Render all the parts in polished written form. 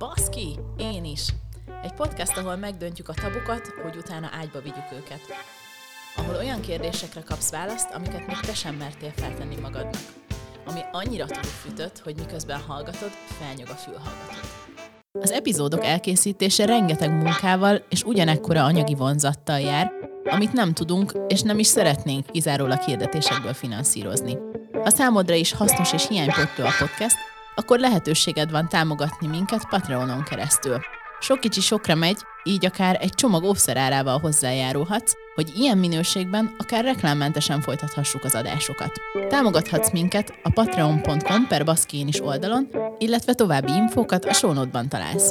Baszki, én is! Egy podcast, ahol megdöntjük a tabukat, hogy utána ágyba vigyük őket. Ahol olyan kérdésekre kapsz választ, amiket még te sem mertél feltenni magadnak. Ami annyira túlfűtött, hogy miközben hallgatod, felnyog a fülhallgatód. Az epizódok elkészítése rengeteg munkával és ugyanekkora anyagi vonzattal jár, amit nem tudunk és nem is szeretnénk kizárólag hirdetésekből finanszírozni. Ha számodra is hasznos és hiánypótló a podcast, akkor lehetőséged van támogatni minket Patreonon keresztül. Sok kicsi sokra megy, így akár egy csomag óvszerárával hozzájárulhatsz, hogy ilyen minőségben akár reklámmentesen folytathassuk az adásokat. Támogathatsz minket a patreon.com/baszkiénis oldalon, illetve további infókat a show note-ban találsz.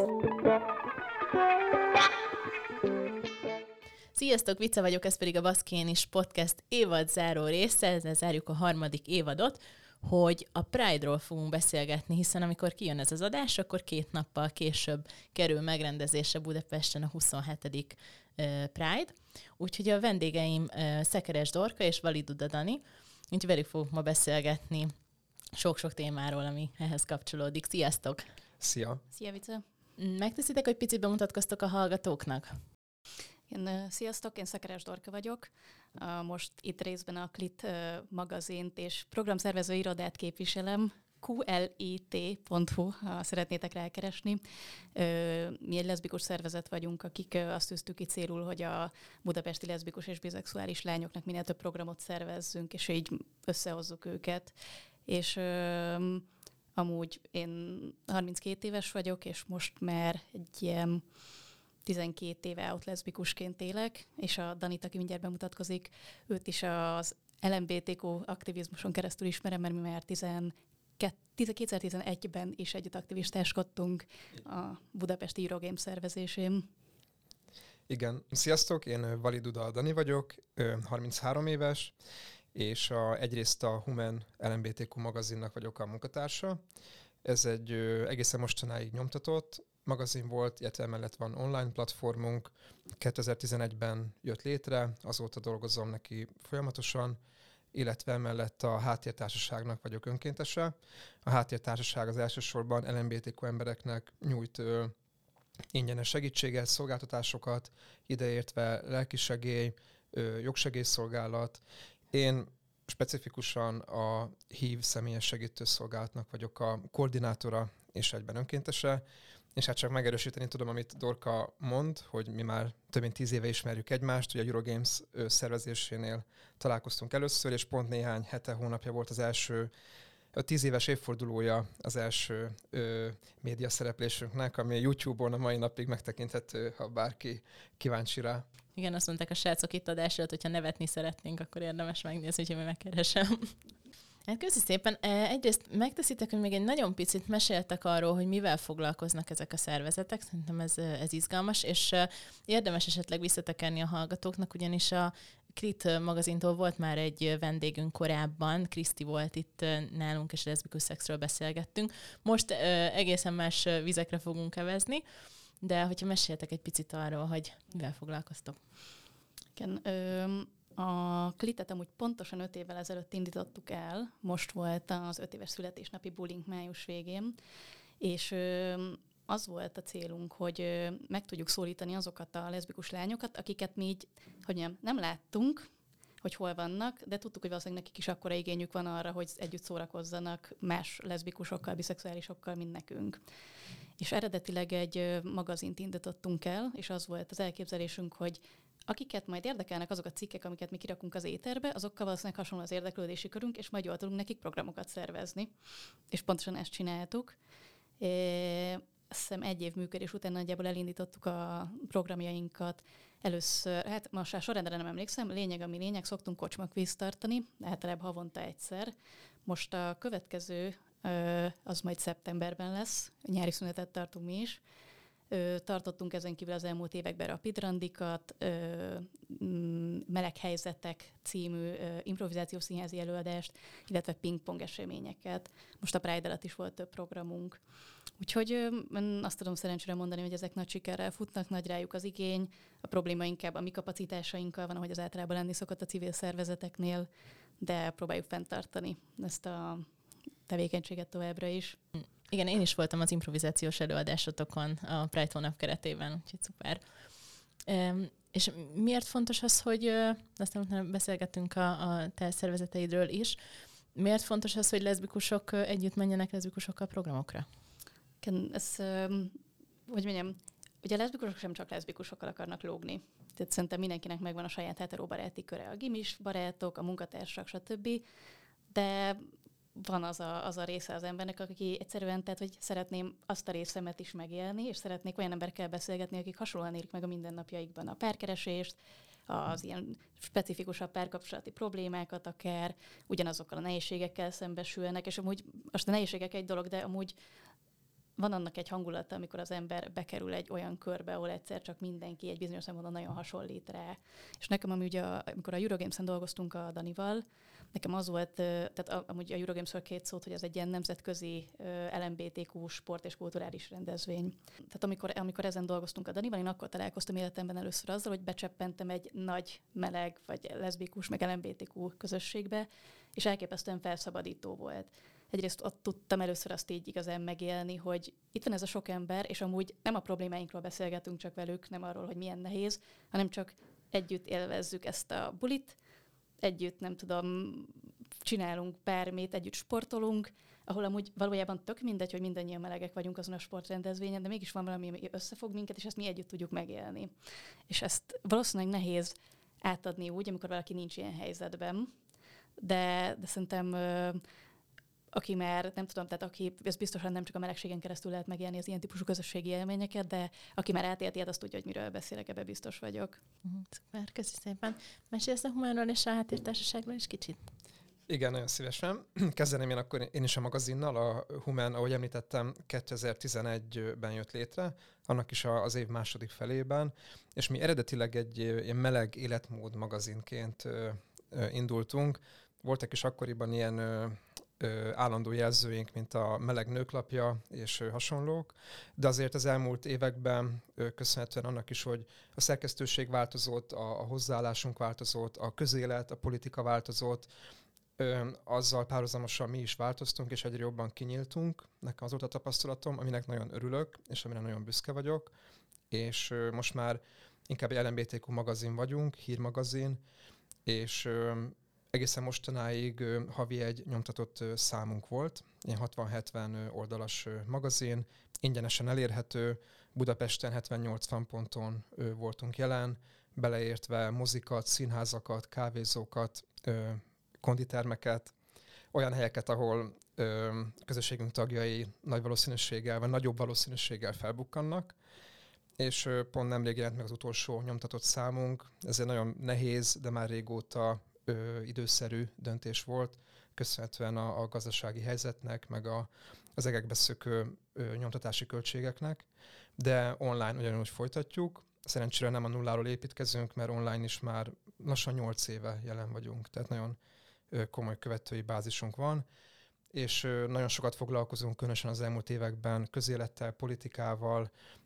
Sziasztok, Vica vagyok, ez pedig a Baszkiénis podcast évad záró része, ezzel zárjuk a harmadik évadot, hogy a Pride-ról fogunk beszélgetni, hiszen amikor kijön ez az adás, akkor 2 nappal később kerül megrendezésre Budapesten a 27. Pride. Úgyhogy a vendégeim Szekeres Dorka és Vali Duda Dani, úgyhogy velük fogunk ma beszélgetni sok-sok témáról, ami ehhez kapcsolódik. Sziasztok! Szia! Szia, Vice! Megteszitek, hogy picit bemutatkoztok a hallgatóknak? Sziasztok, én Szekeres Dorka vagyok. Most itt részben a Klit magazint és programszervező irodát képviselem, qlit.hu, ha szeretnétek rákeresni. Mi egy leszbikus szervezet vagyunk, akik azt tűztük ki célul, hogy a budapesti leszbikus és biszexuális lányoknak minél több programot szervezzünk, és így összehozzuk őket. És amúgy én 32 éves vagyok, és most már egy ilyen 12 éve out leszbikusként élek, és a Danit, aki mindjárt bemutatkozik, őt is az LMBTQ aktivizmuson keresztül ismerem, mert mi már 2011-ben is együtt aktivistáskodtunk a budapesti Eurogame szervezésén. Igen. Sziasztok, én Vali Duda Dani vagyok, 33 éves, és egyrészt a Human LMBTQ magazinnak vagyok a munkatársa. Ez egy egészen mostanáig nyomtatott magazin volt, illetve emellett van online platformunk. 2011-ben jött létre, azóta dolgozom neki folyamatosan, illetve emellett a Háttértársaságnak vagyok önkéntese. A Háttértársaság az elsősorban LMBTQ embereknek nyújt ingyenes segítséget, szolgáltatásokat, ideértve lelkisegély, jogsegélyszolgálat. Én specifikusan a HIV személyes segítőszolgálatnak vagyok a koordinátora és egyben önkéntese, és hát csak megerősíteni tudom, amit Dorka mond, hogy mi már több mint 10 éve ismerjük egymást, hogy a Eurogames szervezésénél találkoztunk először, és pont néhány hete, hónapja volt az első, a 10 éves évfordulója az első média szereplésünknek, ami YouTube-on a mai napig megtekinthető, ha bárki kíváncsi rá. Igen, azt mondták a srácok itt adás előtt, hogyha nevetni szeretnénk, akkor érdemes megnézni, úgyhogy megkeresem. Hát köszi szépen. Egyrészt megteszitek, hogy még egy nagyon picit meséltek arról, hogy mivel foglalkoznak ezek a szervezetek. Szerintem ez izgalmas, és érdemes esetleg visszatekerni a hallgatóknak, ugyanis a Klit magazintól volt már egy vendégünk korábban, Kriszti volt itt nálunk, és leszbikus szexről beszélgettünk. Most egészen más vizekre fogunk evezni, de hogyha meséltek egy picit arról, hogy mivel foglalkoztok. Igen, a Klitet amúgy pontosan 5 évvel ezelőtt indítottuk el, most volt az 5 éves születésnapi bulink május végén, és az volt a célunk, hogy meg tudjuk szólítani azokat a leszbikus lányokat, akiket mi így, hogy nem láttunk, hogy hol vannak, de tudtuk, hogy valószínűleg nekik is akkora igényük van arra, hogy együtt szórakozzanak más leszbikusokkal, biszexuálisokkal, mint nekünk. És eredetileg egy magazint indítottunk el, és az volt az elképzelésünk, hogy akiket majd érdekelnek azok a cikkek, amiket mi kirakunk az éterbe, azokkal valószínűleg hasonló az érdeklődési körünk, és majd jól tudunk nekik programokat szervezni. És pontosan ezt csináltuk. Azt hiszem 1 év működés után nagyjából elindítottuk a programjainkat. Először, hát most a sorrendre nem emlékszem, lényeg ami lényeg, szoktunk kocsmakvízt tartani, általában havonta egyszer. Most a következő, az majd szeptemberben lesz, nyári szünetet tartunk mi is. Tartottunk ezen kívül az elmúlt években rapid randikat, Meleghelyzetek című improvizációs színházi előadást, illetve pingpong eseményeket. Most a Pride alatt is volt több programunk. Úgyhogy azt tudom szerencsére mondani, hogy ezek nagy sikerrel futnak, nagy rájuk az igény. A probléma inkább a mi kapacitásainkkal van, ahogy az általában lenni szokott a civil szervezeteknél, de próbáljuk fenntartani ezt a tevékenységet továbbra is. Igen, én is voltam az improvizációs előadásotokon a Pride hónap keretében, úgyhogy szuper. És miért fontos az, hogy aztán utána beszélgettünk a te szervezeteidről is, miért fontos az, hogy leszbikusok együtt menjenek leszbikusokkal programokra? Ez, hogy mondjam, ugye a leszbikusok sem csak leszbikusokkal akarnak lógni. Tehát szerintem mindenkinek megvan a saját heterobaráti köre, a gimis barátok, a munkatársak, stb. De van az a része az embernek, aki egyszerűen, tehát, hogy szeretném azt a részemet is megélni, és szeretnék olyan emberekkel beszélgetni, akik hasonlóan érik meg a mindennapjaikban a párkeresést, az ilyen specifikusabb párkapcsolati problémákat akár, ugyanazokkal a nehézségekkel szembesülnek, és amúgy most a nehézségek egy dolog, de amúgy van annak egy hangulata, amikor az ember bekerül egy olyan körbe, ahol egyszer csak mindenki egy bizonyos szempontból nagyon hasonlít rá. És nekem amúgy, amikor a Eurogames-en dolgoztunk a Danival, nekem az volt, tehát amúgy a Eurogames-ről 2 szót, hogy ez egy ilyen nemzetközi LMBTQ sport és kulturális rendezvény. Tehát amikor ezen dolgoztunk a Danival, én akkor találkoztam életemben először azzal, hogy becseppentem egy nagy, meleg, vagy leszbikus, meg LMBTQ közösségbe, és elképesztően felszabadító volt. Egyrészt ott tudtam először azt így igazán megélni, hogy itt van ez a sok ember, és amúgy nem a problémáinkról beszélgetünk csak velük, nem arról, hogy milyen nehéz, hanem csak együtt élvezzük ezt a bulit, együtt, nem tudom, csinálunk bármit, együtt sportolunk, ahol amúgy valójában tök mindegy, hogy mindannyian melegek vagyunk azon a sportrendezvényen, de mégis van valami, ami összefog minket, és ezt mi együtt tudjuk megélni. És ezt valószínűleg nehéz átadni úgy, amikor valaki nincs ilyen helyzetben, de szerintem aki már, nem tudom, tehát aki, ez biztosan nem csak a melegségen keresztül lehet megélni az ilyen típusú közösségi élményeket, de aki már átélt ilyet, azt tudja, hogy miről beszélek, ebbe biztos vagyok. Szuper, köszi szépen. Mesélsz a Humánról és a Háttértársaságról is kicsit? Igen, nagyon szívesen. Kezdeném én is a magazinnal. A Humán, ahogy említettem, 2011-ben jött létre, annak is az év második felében, és mi eredetileg egy ilyen meleg életmód magazinként indultunk. Voltak is akkoriban ilyen állandó jelzőink, mint a Meleg Nőklapja és hasonlók, de azért az elmúlt években köszönhetően annak is, hogy a szerkesztőség változott, a hozzáállásunk változott, a közélet, a politika változott, azzal párhuzamosan mi is változtunk, és egyre jobban kinyíltunk. Nekem az volt a tapasztalatom, aminek nagyon örülök, és amire nagyon büszke vagyok, és most már inkább egy LMBTQ magazin vagyunk, hírmagazin, és egészen mostanáig havi egy nyomtatott számunk volt, ilyen 60-70 oldalas magazin, ingyenesen elérhető, Budapesten 70-80 ponton voltunk jelen, beleértve mozikat, színházakat, kávézókat, konditermeket, olyan helyeket, ahol közösségünk tagjai nagy valószínűséggel, vagy nagyobb valószínűséggel felbukkannak, és pont nemrég jelent meg az utolsó nyomtatott számunk. Ez egy nagyon nehéz, de már régóta időszerű döntés volt, köszönhetően a gazdasági helyzetnek, meg az egekbe szökő nyomtatási költségeknek, de online ugyanúgy folytatjuk. Szerencsére nem a nulláról építkezünk, mert online is már lassan 8 éve jelen vagyunk, tehát nagyon komoly követői bázisunk van, és nagyon sokat foglalkozunk, különösen az elmúlt években közélettel, politikával,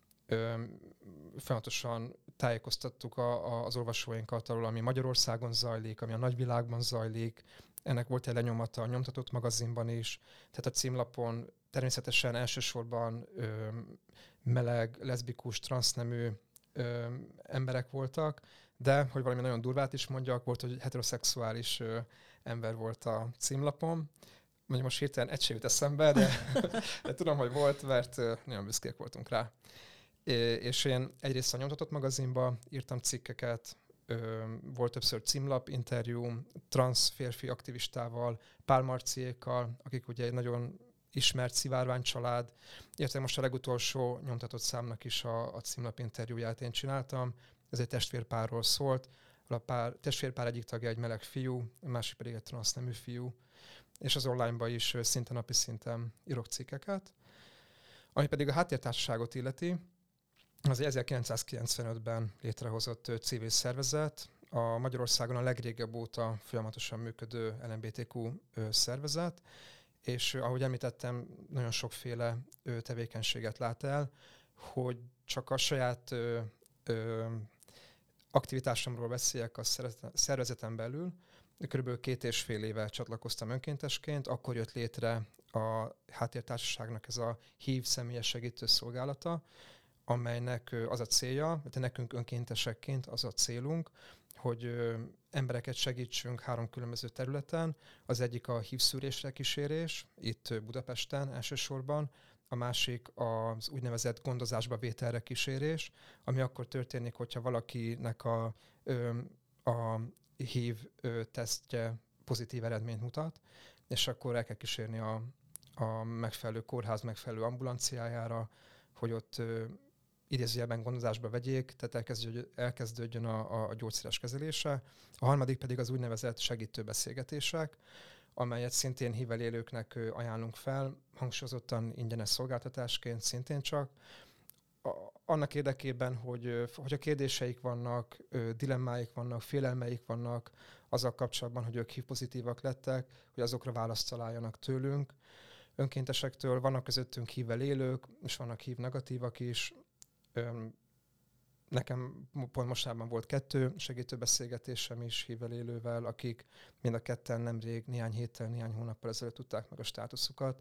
folyamatosan tájékoztattuk az olvasóinkat arról, ami Magyarországon zajlik, ami a nagyvilágban zajlik. Ennek volt egy lenyomata a nyomtatott magazinban is, tehát a címlapon természetesen elsősorban meleg, leszbikus, transznemű emberek voltak, de, hogy valami nagyon durvát is mondjak, volt, hogy heteroszexuális ember volt a címlapon. Mondjuk most hirtelen egy se jut eszembe, de tudom, hogy volt, mert nagyon büszkék voltunk rá. És én egyrészt a nyomtatott magazinba írtam cikkeket, volt többször címlap, interjú, transz férfi aktivistával, Pál Marciékkal, akik ugye egy nagyon ismert szivárvány család, illetve most a legutolsó nyomtatott számnak is a címlap interjúját én csináltam. Ez egy testvérpárról szólt, a testvérpár egyik tagja egy meleg fiú, a másik pedig egy transznemű fiú, és az online-ba is szinte napi szinten írok cikkeket. Ami pedig a Háttértársaságot illeti, az 1995-ben létrehozott civil szervezet, a Magyarországon a legrégebb óta folyamatosan működő LMBTQ szervezet, és ahogy említettem, nagyon sokféle tevékenységet lát el, hogy csak a saját aktivitásomról beszéljek a szervezeten belül. Körülbelül 2,5 éve csatlakoztam önkéntesként, akkor jött létre a háttértársaságnak ez a HIV személyes segítő szolgálata, amelynek az a célja, de nekünk önkéntesekként az a célunk, hogy embereket segítsünk 3 különböző területen. Az egyik a HIV szűrésre kísérés, itt Budapesten elsősorban, a másik az úgynevezett gondozásba vételre kísérés, ami akkor történik, hogyha valakinek a HIV tesztje pozitív eredményt mutat, és akkor el kell kísérni a megfelelő kórház megfelelő ambulanciájára, hogy ott idézőjelben gondozásba vegyék, tehát elkezdődjön a gyógyszeres kezelése. A harmadik pedig az úgynevezett segítő beszélgetések, amelyet szintén HIV-vel élőknek ajánlunk fel, hangsúlyozottan ingyenes szolgáltatásként szintén csak. Annak érdekében, hogy a kérdéseik vannak, dilemmáik vannak, félelmeik vannak azzal kapcsolatban, hogy ők HIV pozitívak lettek, hogy azokra választ találjanak tőlünk. Önkéntesektől vannak közöttünk HIV-vel élők, és vannak HIV negatívak is. Nekem pont mostában volt 2 segítőbeszélgetésem is HIV-vel élővel, akik mind a ketten nemrég, néhány héttel, néhány hónappal ezelőtt tudták meg a státuszukat.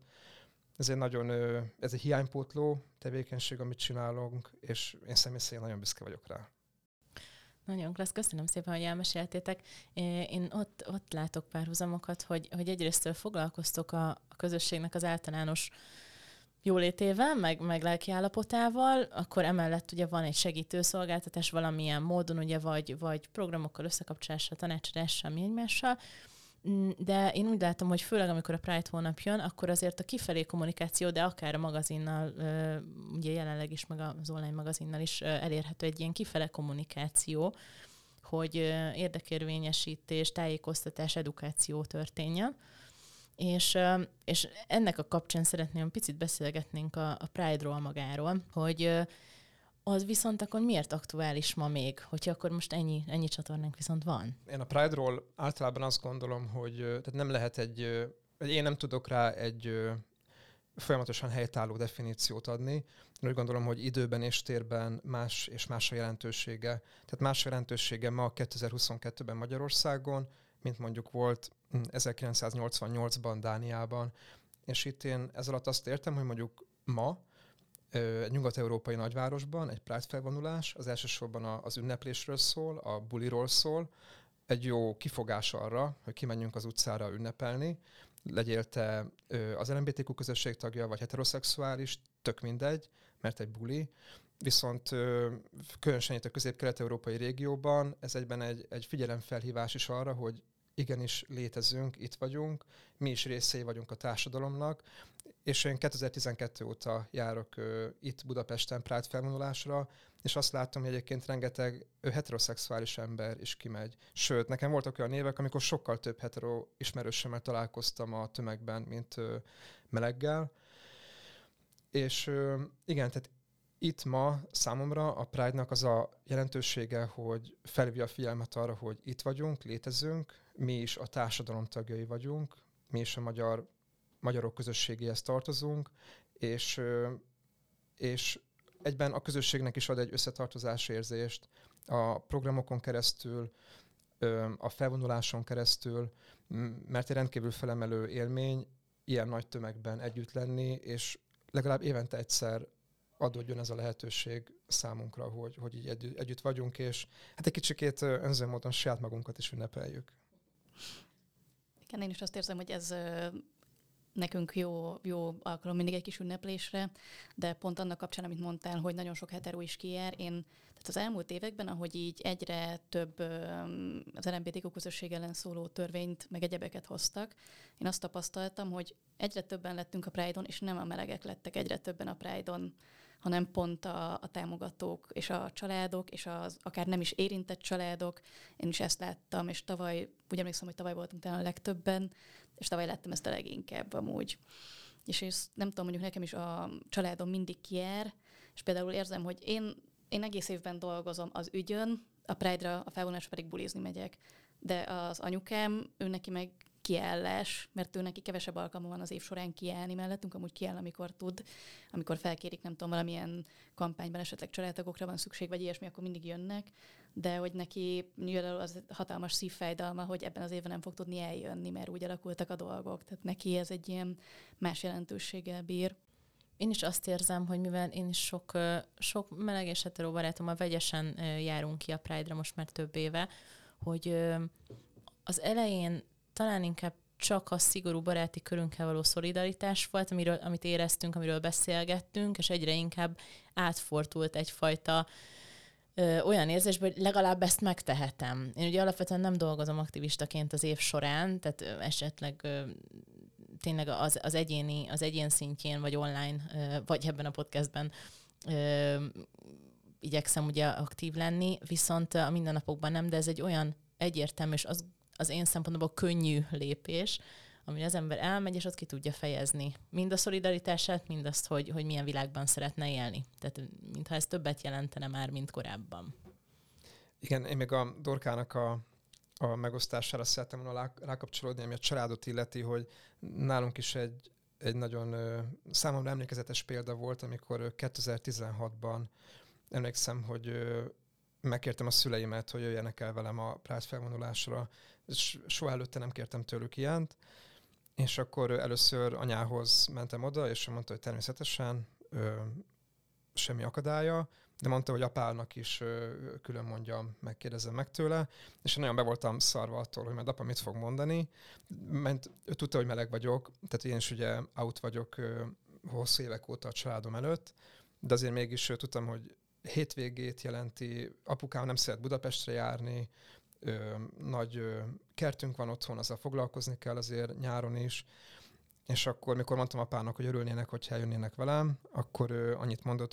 Ez egy hiánypótló tevékenység, amit csinálunk, és én személy szerint nagyon büszke vagyok rá. Nagyon klassz, köszönöm szépen, hogy elmeséltétek. Én ott látok párhuzamokat, hogy egyrésztől foglalkoztok a közösségnek az általános jólétével, meg lelkiállapotával, akkor emellett ugye van egy segítőszolgáltatás valamilyen módon, ugye vagy programokkal összekapcsolással, tanácsadással, mi egymással, de én úgy látom, hogy főleg amikor a Pride hónap jön, akkor azért a kifelé kommunikáció, de akár a magazinnal, ugye jelenleg is, meg az online magazinnal is elérhető egy ilyen kifele kommunikáció, hogy érdekérvényesítés, tájékoztatás, edukáció történjen. És ennek a kapcsán szeretném picit beszélgetnénk a Pride-ról magáról, hogy az viszont akkor miért aktuális ma még, hogyha akkor most ennyi csatornánk viszont van? Én a Pride-ról általában azt gondolom, hogy tehát nem lehet én nem tudok rá egy folyamatosan helytálló definíciót adni. Én úgy gondolom, hogy időben és térben más és más a jelentősége. Tehát más a jelentősége ma 2022-ben Magyarországon, mint mondjuk volt 1988-ban Dániában. És itt én ez alatt azt értem, hogy mondjuk ma egy nyugat-európai nagyvárosban egy Pride felvonulás az elsősorban az ünneplésről szól, a buliról szól, egy jó kifogás arra, hogy kimenjünk az utcára ünnepelni, legyél te az LMBTQ közösség tagja, vagy heteroszexuális, tök mindegy, mert egy buli. Viszont különösen itt a közép-kelet-európai régióban ez egyben egy figyelemfelhívás is arra, hogy igenis létezünk, itt vagyunk, mi is részei vagyunk a társadalomnak, és én 2012 óta járok itt Budapesten Pride felvonulásra, és azt látom, hogy egyébként rengeteg heteroszexuális ember is kimegy. Sőt, nekem voltak olyan évek, amikor sokkal több hetero ismerősömmel találkoztam a tömegben, mint meleggel. És igen, tehát itt ma számomra a Pride-nak az a jelentősége, hogy felhívja a figyelmet arra, hogy itt vagyunk, létezünk, mi is a társadalom tagjai vagyunk, mi is a magyarok közösségéhez tartozunk, és egyben a közösségnek is ad egy összetartozási érzést a programokon keresztül, a felvonuláson keresztül, mert egy rendkívül felemelő élmény ilyen nagy tömegben együtt lenni, és legalább évente egyszer adódjon ez a lehetőség számunkra, hogy így együtt vagyunk, és hát egy kicsikét önző módon saját magunkat is ünnepeljük. Igen, én is azt érzem, hogy ez nekünk jó alkalom mindig egy kis ünneplésre, de pont annak kapcsán, amit mondtál, hogy nagyon sok hetero is kijár, tehát az elmúlt években, ahogy így egyre több az LMBTQ közösség ellen szóló törvényt, meg egyebeket hoztak, én azt tapasztaltam, hogy egyre többen lettünk a Pride-on, és nem a melegek lettek egyre többen a Pride-on, hanem pont a támogatók és a családok, és az akár nem is érintett családok. Én is ezt láttam, és úgy emlékszem, hogy tavaly voltunk talán a legtöbben, és tavaly láttam ezt a leginkább amúgy. És nem tudom, mondjuk nekem is a családom mindig kijár, és például érzem, hogy én egész évben dolgozom az ügyön, a Pride-ra, a felvonulásra pedig bulizni megyek. De az anyukám, ő neki meg kiállás, mert ő neki kevesebb alkalma van az év során kiállni mellettünk, amúgy kiáll, amikor tud, amikor felkérik, nem tudom, valamilyen kampányban esetleg családtagokra van szükség, vagy ilyesmi, akkor mindig jönnek, de hogy neki nyilván az hatalmas szívfájdalma, hogy ebben az évben nem fog tudni eljönni, mert úgy alakultak a dolgok. Tehát neki ez egy ilyen más jelentőséggel bír. Én is azt érzem, hogy mivel én is sok meleg és hetero barátommal vegyesen járunk ki a Pride-ra most már több éve, hogy az elején talán inkább csak a szigorú baráti körünkkel való szolidaritás volt, amit éreztünk, amiről beszélgettünk, és egyre inkább átfordult egyfajta olyan érzésben, hogy legalább ezt megtehetem. Én ugye alapvetően nem dolgozom aktivistaként az év során, tehát esetleg tényleg az egyén szintjén, vagy online, vagy ebben a podcastben igyekszem ugye aktív lenni, viszont a mindennapokban nem, de ez egy olyan egyértelmű, és az én szempontból könnyű lépés, amire az ember elmegy, és ott ki tudja fejezni. Mind a szolidaritását, mind azt, hogy milyen világban szeretne élni. Tehát mintha ez többet jelentene már, mint korábban. Igen, én még a Dorkának a megosztására szerettem volna rákapcsolódni, ami a családot illeti, hogy nálunk is egy nagyon számomra emlékezetes példa volt, amikor 2016-ban emlékszem, hogy megkértem a szüleimet, hogy jöjjenek el velem a Pride felvonulásra, és soha előtte nem kértem tőlük ilyent, és akkor először anyához mentem oda, és mondta, hogy természetesen semmi akadálya, de mondta, hogy apának is külön mondjam, megkérdezem meg tőle, és én nagyon be voltam szarva attól, hogy majd apa mit fog mondani, mert ő tudta, hogy meleg vagyok, tehát én is ugye out vagyok hosszú évek óta a családom előtt, de azért mégis tudtam, hogy hétvégét jelenti, apukám nem szeret Budapestre járni, nagy kertünk van otthon, azzal foglalkozni kell azért nyáron is, és akkor, mikor mondtam apának, hogy örülnének, hogyha eljönnének velem, akkor annyit mondott,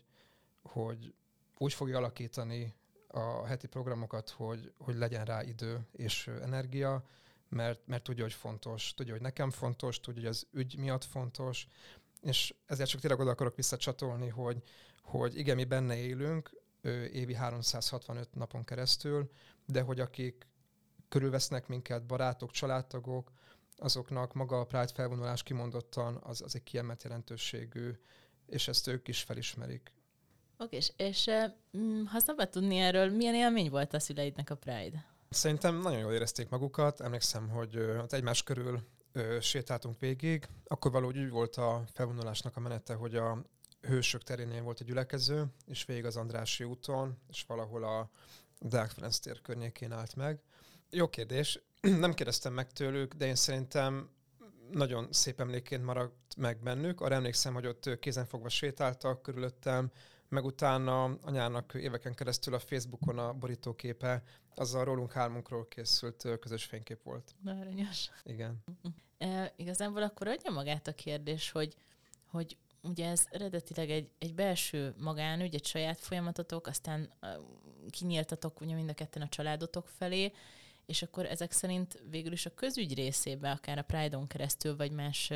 hogy úgy fogja alakítani a heti programokat, hogy legyen rá idő és energia, mert tudja, hogy fontos, tudja, hogy nekem fontos, tudja, hogy az ügy miatt fontos, és ezért csak tényleg oda akarok visszacsatolni, hogy igen, mi benne élünk évi 365 napon keresztül, de hogy akik körülvesznek minket, barátok, családtagok, azoknak maga a Pride felvonulás kimondottan az egy kiemelt jelentőségű, és ezt ők is felismerik. Oké, és ha szabad tudni erről, milyen élmény volt a szüleidnek a Pride? Szerintem nagyon jól érezték magukat. Emlékszem, hogy egymás körül sétáltunk végig. Akkor valahogy úgy volt a felvonulásnak a menete, hogy a Hősök terénél volt egy gyülekező, és végig az Andrássy úton, és valahol a Deák Ferenc tér környékén állt meg. Jó kérdés. Nem kérdeztem meg tőlük, de én szerintem nagyon szép emlékként maradt meg bennük. Arra emlékszem, hogy ott kézenfogva sétáltak körülöttem, meg utána anyának éveken keresztül a Facebookon a borítóképe, azzal rólunk hármunkról készült közös fénykép volt. Aranyos. Igen. Igazából akkor adja magát a kérdés, hogy ugye ez eredetileg egy belső magánügy, egy saját folyamatotok, aztán kinyíltatok ugye mind a ketten a családotok felé, és akkor ezek szerint végül is a közügy részébe, akár a Pride-on keresztül, vagy más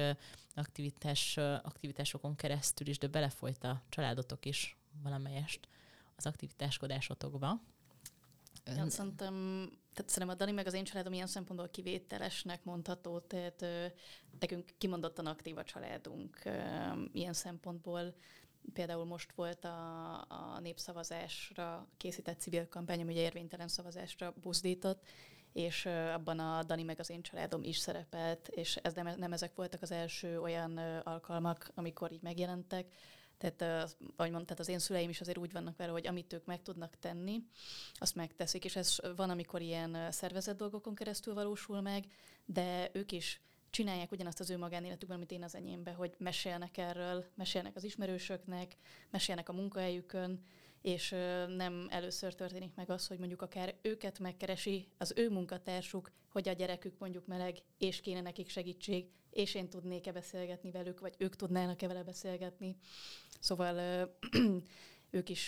aktivitásokon keresztül is, de belefolyt a családotok is valamelyest az aktivitáskodásotokba. Ja, szerintem a Dani meg az én családom ilyen szempontból kivételesnek mondható, tehát nekünk kimondottan aktív a családunk ilyen szempontból. Például most volt a népszavazásra készített civil kampány, ami ugye érvénytelen szavazásra buzdított, és abban a Dani meg az én családom is szerepelt, és ez nem ezek voltak az első olyan alkalmak, amikor így megjelentek. Tehát, ahogy mondtad, az én szüleim is azért úgy vannak vele, hogy amit ők meg tudnak tenni, azt megteszik, és ez van, amikor ilyen szervezett dolgokon keresztül valósul meg, de ők is csinálják ugyanazt az ő magánéletükben, amit én az enyémben, hogy mesélnek erről, mesélnek az ismerősöknek, mesélnek a munkahelyükön, és nem először történik meg az, hogy mondjuk akár őket megkeresi az ő munkatársuk, hogy a gyerekük mondjuk meleg, és kéne nekik segítség, és én tudnék-e beszélgetni velük, vagy ők tudnának-e vele beszélgetni. Szóval ők is,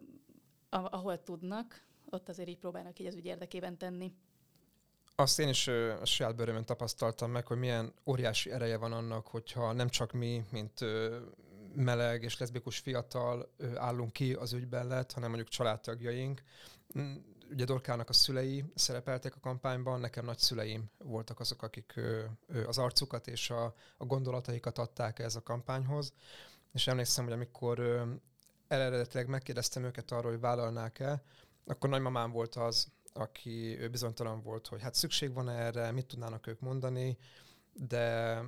ahol tudnak, ott azért így próbálnak így az ügy érdekében tenni. Azt én is a saját bőrömön tapasztaltam meg, hogy milyen óriási ereje van annak, hogyha nem csak mi, mint meleg és leszbikus fiatal állunk ki az ügyben lett, hanem mondjuk családtagjaink. ugye Dorkának a szülei szerepeltek a kampányban, nekem nagyszüleim voltak azok, akik az arcukat és a gondolataikat adták ez a kampányhoz. És emlékszem, hogy amikor eredetileg megkérdeztem őket arról, hogy vállalnák-e, akkor nagymamám volt az, aki bizonytalan volt, hogy hát szükség van erre, mit tudnának ők mondani, de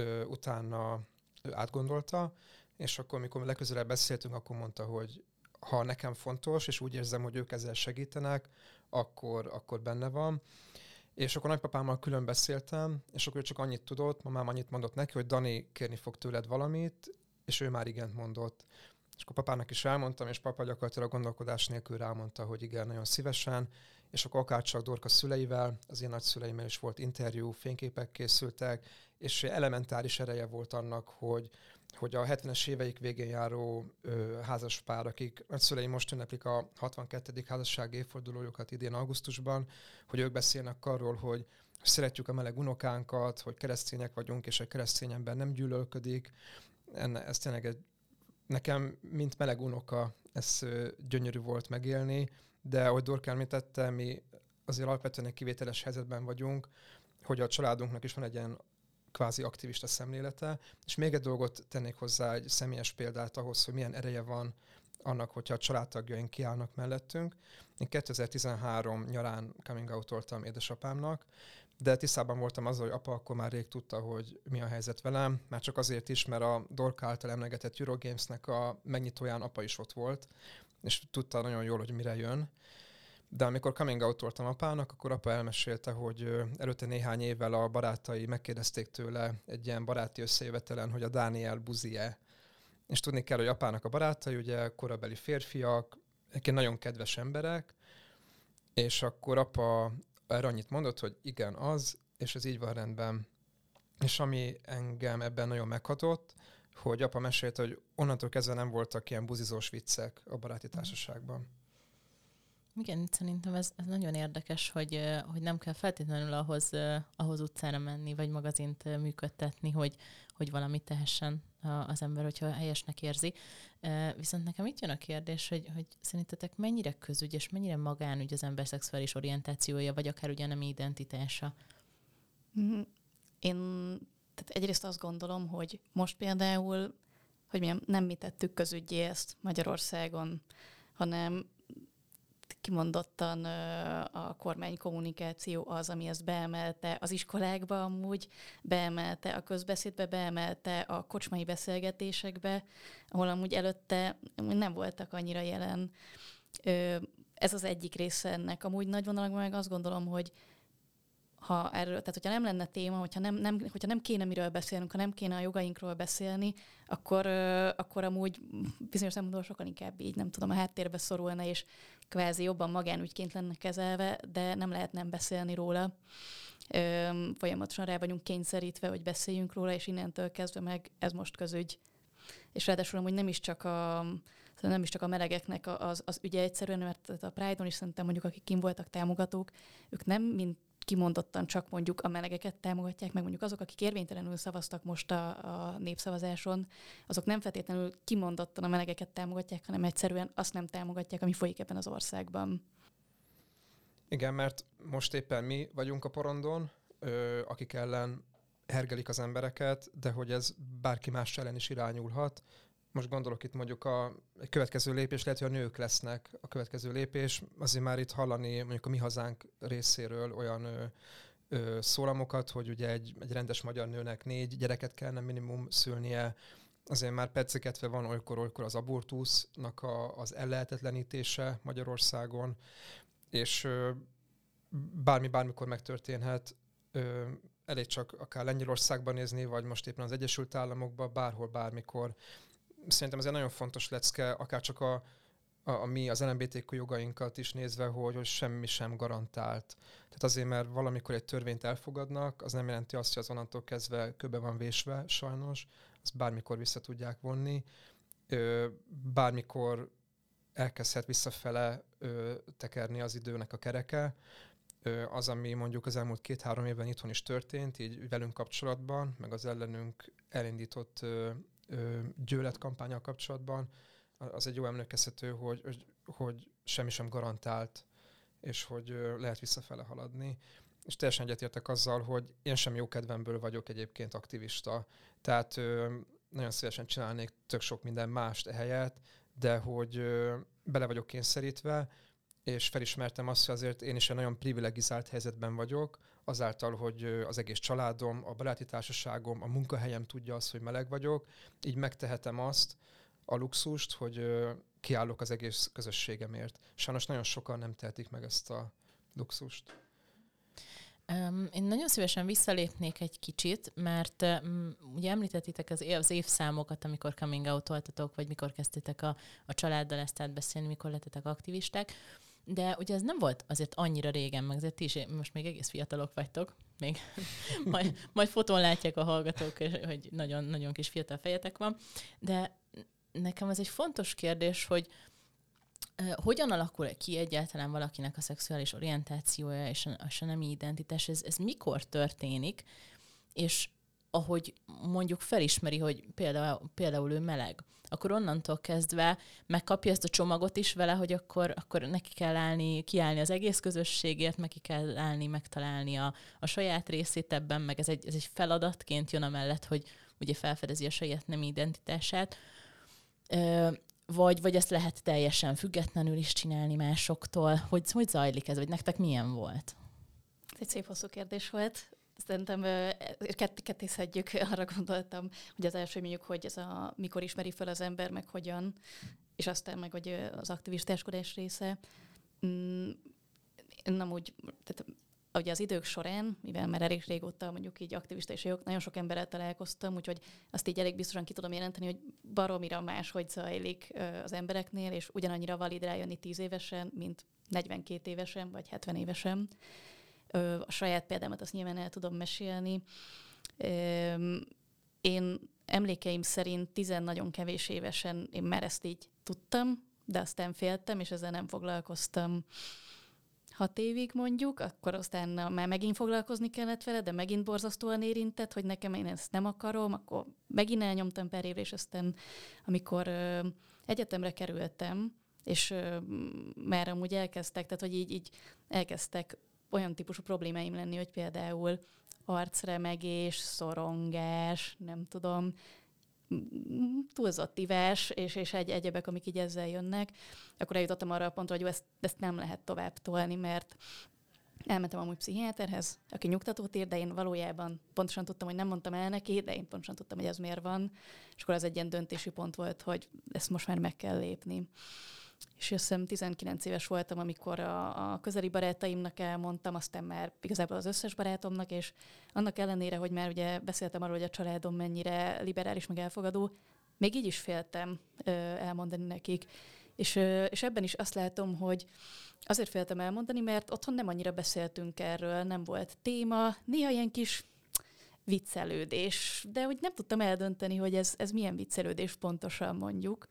utána átgondolta, és akkor, amikor legközelebb beszéltünk, akkor mondta, hogy ha nekem fontos, és úgy érzem, hogy ők ezzel segítenek, akkor benne van. És akkor nagypapámmal külön beszéltem, és akkor ő csak annyit tudott, mamám annyit mondott neki, hogy Dani kérni fog tőled valamit, és ő már igent mondott. És akkor papának is elmondtam, és papa gyakorlatilag gondolkodás nélkül rámondta, hogy igen, nagyon szívesen, és akkor akárcsak Dorka szüleivel, az én nagyszüleimmel is volt interjú, fényképek készültek, és elementáris ereje volt annak, hogy a 70-es éveik végén járó házaspár, akik nagyszüleim most ünneplik a 62. házassági évfordulójukat idén augusztusban, hogy ők beszélnek arról, hogy szeretjük a meleg unokánkat, hogy keresztények vagyunk, és egy keresztény ember nem gyűlölködik. Ez tényleg nekem, mint meleg unoka, ez gyönyörű volt megélni, de ahogy Dorka említette, mi azért alapvetően egy kivételes helyzetben vagyunk, hogy a családunknak is van egy ilyen kvázi aktivista szemlélete, és még egy dolgot tennék hozzá, egy személyes példát ahhoz, hogy milyen ereje van annak, hogyha a családtagjaink kiállnak mellettünk. Én 2013 nyarán coming out-oltam édesapámnak, de tisztában voltam azzal, hogy apa akkor már rég tudta, hogy mi a helyzet velem, már csak azért is, mert a Dorka által emlegetett Eurogames-nek a megnyitóján apa is ott volt, és tudta nagyon jól, hogy mire jön. De amikor coming out-oltam apának, akkor apa elmesélte, hogy előtte néhány évvel a barátai megkérdezték tőle egy ilyen baráti összejövetelen, hogy a Dániel buzi-e. És tudni kell, hogy apának a barátai ugye korabeli férfiak, egyébként nagyon kedves emberek, és akkor apa erre annyit mondott, hogy igen, az, és ez így van rendben. És ami engem ebben nagyon meghatott, hogy apa mesélte, hogy onnantól kezdve nem voltak ilyen buzizós viccek a baráti társaságban. Igen, szerintem ez nagyon érdekes, hogy nem kell feltétlenül ahhoz utcára menni, vagy magazint működtetni, hogy valamit tehessen az ember, hogyha helyesnek érzi. Viszont nekem itt jön a kérdés, hogy szerintetek mennyire közügy, és mennyire magánügy az ember szexuális orientációja, vagy akár ugye nem identitása? Én tehát egyrészt azt gondolom, hogy most például, hogy milyen, nem mi tettük közügyé ezt Magyarországon, hanem kimondottan a kormány kommunikáció az, ami ezt beemelte az iskolákba amúgy, beemelte a közbeszédbe, beemelte a kocsmai beszélgetésekbe, ahol amúgy előtte nem voltak annyira jelen. Ez az egyik része ennek. Amúgy nagy vonalakban meg azt gondolom, hogy ha erről, tehát hogyha nem lenne téma, hogyha nem kéne miről beszélnünk, ha nem kéne a jogainkról beszélni, akkor amúgy bizonyos szempontból sokan inkább így, nem tudom, a háttérbe szorulna, és kvázi jobban magánügyként lenne kezelve, de nem lehet nem beszélni róla. Folyamatosan rá vagyunk kényszerítve, hogy beszéljünk róla, és innentől kezdve meg ez most közügy. És ráadásul amúgy nem is csak a melegeknek az ügye egyszerűen, mert a Pride-on is szerintem mondjuk, akik kim voltak támogatók, ők nem mint kimondottan csak mondjuk a melegeket támogatják, meg mondjuk azok, akik érvénytelenül szavaztak most a népszavazáson, azok nem feltétlenül kimondottan a melegeket támogatják, hanem egyszerűen azt nem támogatják, ami folyik ebben az országban. Igen, mert most éppen mi vagyunk a porondon, akik ellen hergelik az embereket, de hogy ez bárki más ellen is irányulhat. Most gondolok itt mondjuk egy következő lépés, lehet, hogy a nők lesznek a következő lépés. Azért már itt hallani mondjuk a Mi Hazánk részéről olyan szólamokat, hogy ugye egy rendes magyar nőnek 4 gyereket kellene minimum szülnie. Azért már perceketve van olykor az abortusznak az ellehetetlenítése Magyarországon, és bármikor megtörténhet. Elég csak akár Lengyelországban nézni, vagy most éppen az Egyesült Államokban, bárhol, bármikor. Szerintem ez egy nagyon fontos lecke, akár csak mi az LMBTQ jogainkat is nézve, hogy semmi sem garantált. Tehát azért, mert valamikor egy törvényt elfogadnak, az nem jelenti azt, hogy az onnantól kezdve kőbe van vésve, sajnos. Azt bármikor vissza tudják vonni. Bármikor elkezdhet visszafele tekerni az időnek a kereke. Az, ami mondjuk az elmúlt 2-3 évben itthon is történt, így velünk kapcsolatban, meg az ellenünk elindított gyűlöletkampánnyal kapcsolatban, az egy jó emlékeztető, hogy semmi sem garantált, és hogy lehet visszafele haladni. És teljesen egyetértek azzal, hogy én sem jó kedvemből vagyok egyébként aktivista. Tehát nagyon szívesen csinálnék tök sok minden mást ehelyett, de hogy bele vagyok kényszerítve, és felismertem azt, hogy azért én is egy nagyon privilegizált helyzetben vagyok, azáltal, hogy az egész családom, a baráti társaságom, a munkahelyem tudja azt, hogy meleg vagyok, így megtehetem azt, a luxust, hogy kiállok az egész közösségemért. Sajnos nagyon sokan nem tehetik meg ezt a luxust. Én nagyon szívesen visszalépnék egy kicsit, mert ugye említettétek az évszámokat, amikor coming out-oltatok, vagy mikor kezdtétek a családdal ezt átbeszélni, mikor lettetek aktivisták, de ugye ez nem volt azért annyira régen, meg azért ti is most még egész fiatalok vagytok, még majd fotón látják a hallgatók, hogy nagyon, nagyon kis fiatal fejetek van, de nekem ez egy fontos kérdés, hogy hogyan alakul ki egyáltalán valakinek a szexuális orientációja és a nemi identitás, ez mikor történik, és ahogy mondjuk felismeri, hogy például ő meleg, akkor onnantól kezdve megkapja ezt a csomagot is vele, hogy akkor neki kell kiállni az egész közösségért, neki kell állni, megtalálni a saját részét ebben, meg ez egy feladatként jön amellett, hogy ugye felfedezi a saját nemi identitását. Vagy ezt lehet teljesen függetlenül is csinálni másoktól? Hogy zajlik ez? Vagy nektek milyen volt? Ez egy szép hosszú kérdés volt. Szerintem kettészedjük, arra gondoltam, hogy az első mondjuk, hogy ez mikor ismeri fel az ember, meg hogyan, és aztán meg hogy az aktivistáskodás része. Nem úgy, tehát ugye az idők során, mivel már elég régóta mondjuk így aktivista és nagyon sok emberrel találkoztam, úgyhogy azt így elég biztosan ki tudom jelenteni, hogy baromira máshogy zajlik az embereknél, és ugyanannyira valid rájönni 10 évesen, mint 42 évesen, vagy 70 évesen. A saját példámat azt nyilván el tudom mesélni. Én emlékeim szerint 10 nagyon kevés évesen én már ezt így tudtam, de aztán féltem, és ezzel nem foglalkoztam 6 évig mondjuk, akkor aztán már megint foglalkozni kellett vele, de megint borzasztóan érintett, hogy nekem én ezt nem akarom, akkor megint elnyomtam pár évre, és aztán amikor egyetemre kerültem, és már amúgy elkezdtek, tehát hogy így elkezdtek olyan típusú problémáim lenni, hogy például arcremegés, szorongás, nem tudom, túlzott ivás, és egyebek, amik így ezzel jönnek, akkor eljutottam arra a pontra, hogy ezt nem lehet tovább tolni, mert elmentem amúgy pszichiáterhez, aki nyugtatót ír, de én valójában pontosan tudtam, hogy nem mondtam el neki, de én pontosan tudtam, hogy ez miért van, és akkor az egy ilyen döntési pont volt, hogy ezt most már meg kell lépni. És azt hiszem 19 éves voltam, amikor a közeli barátaimnak elmondtam, aztán már igazából az összes barátomnak, és annak ellenére, hogy már ugye beszéltem arról, hogy a családom mennyire liberális, meg elfogadó, még így is féltem elmondani nekik. És ebben is azt látom, hogy azért féltem elmondani, mert otthon nem annyira beszéltünk erről, nem volt téma, néha ilyen kis viccelődés, de úgy nem tudtam eldönteni, hogy ez milyen viccelődés pontosan mondjuk.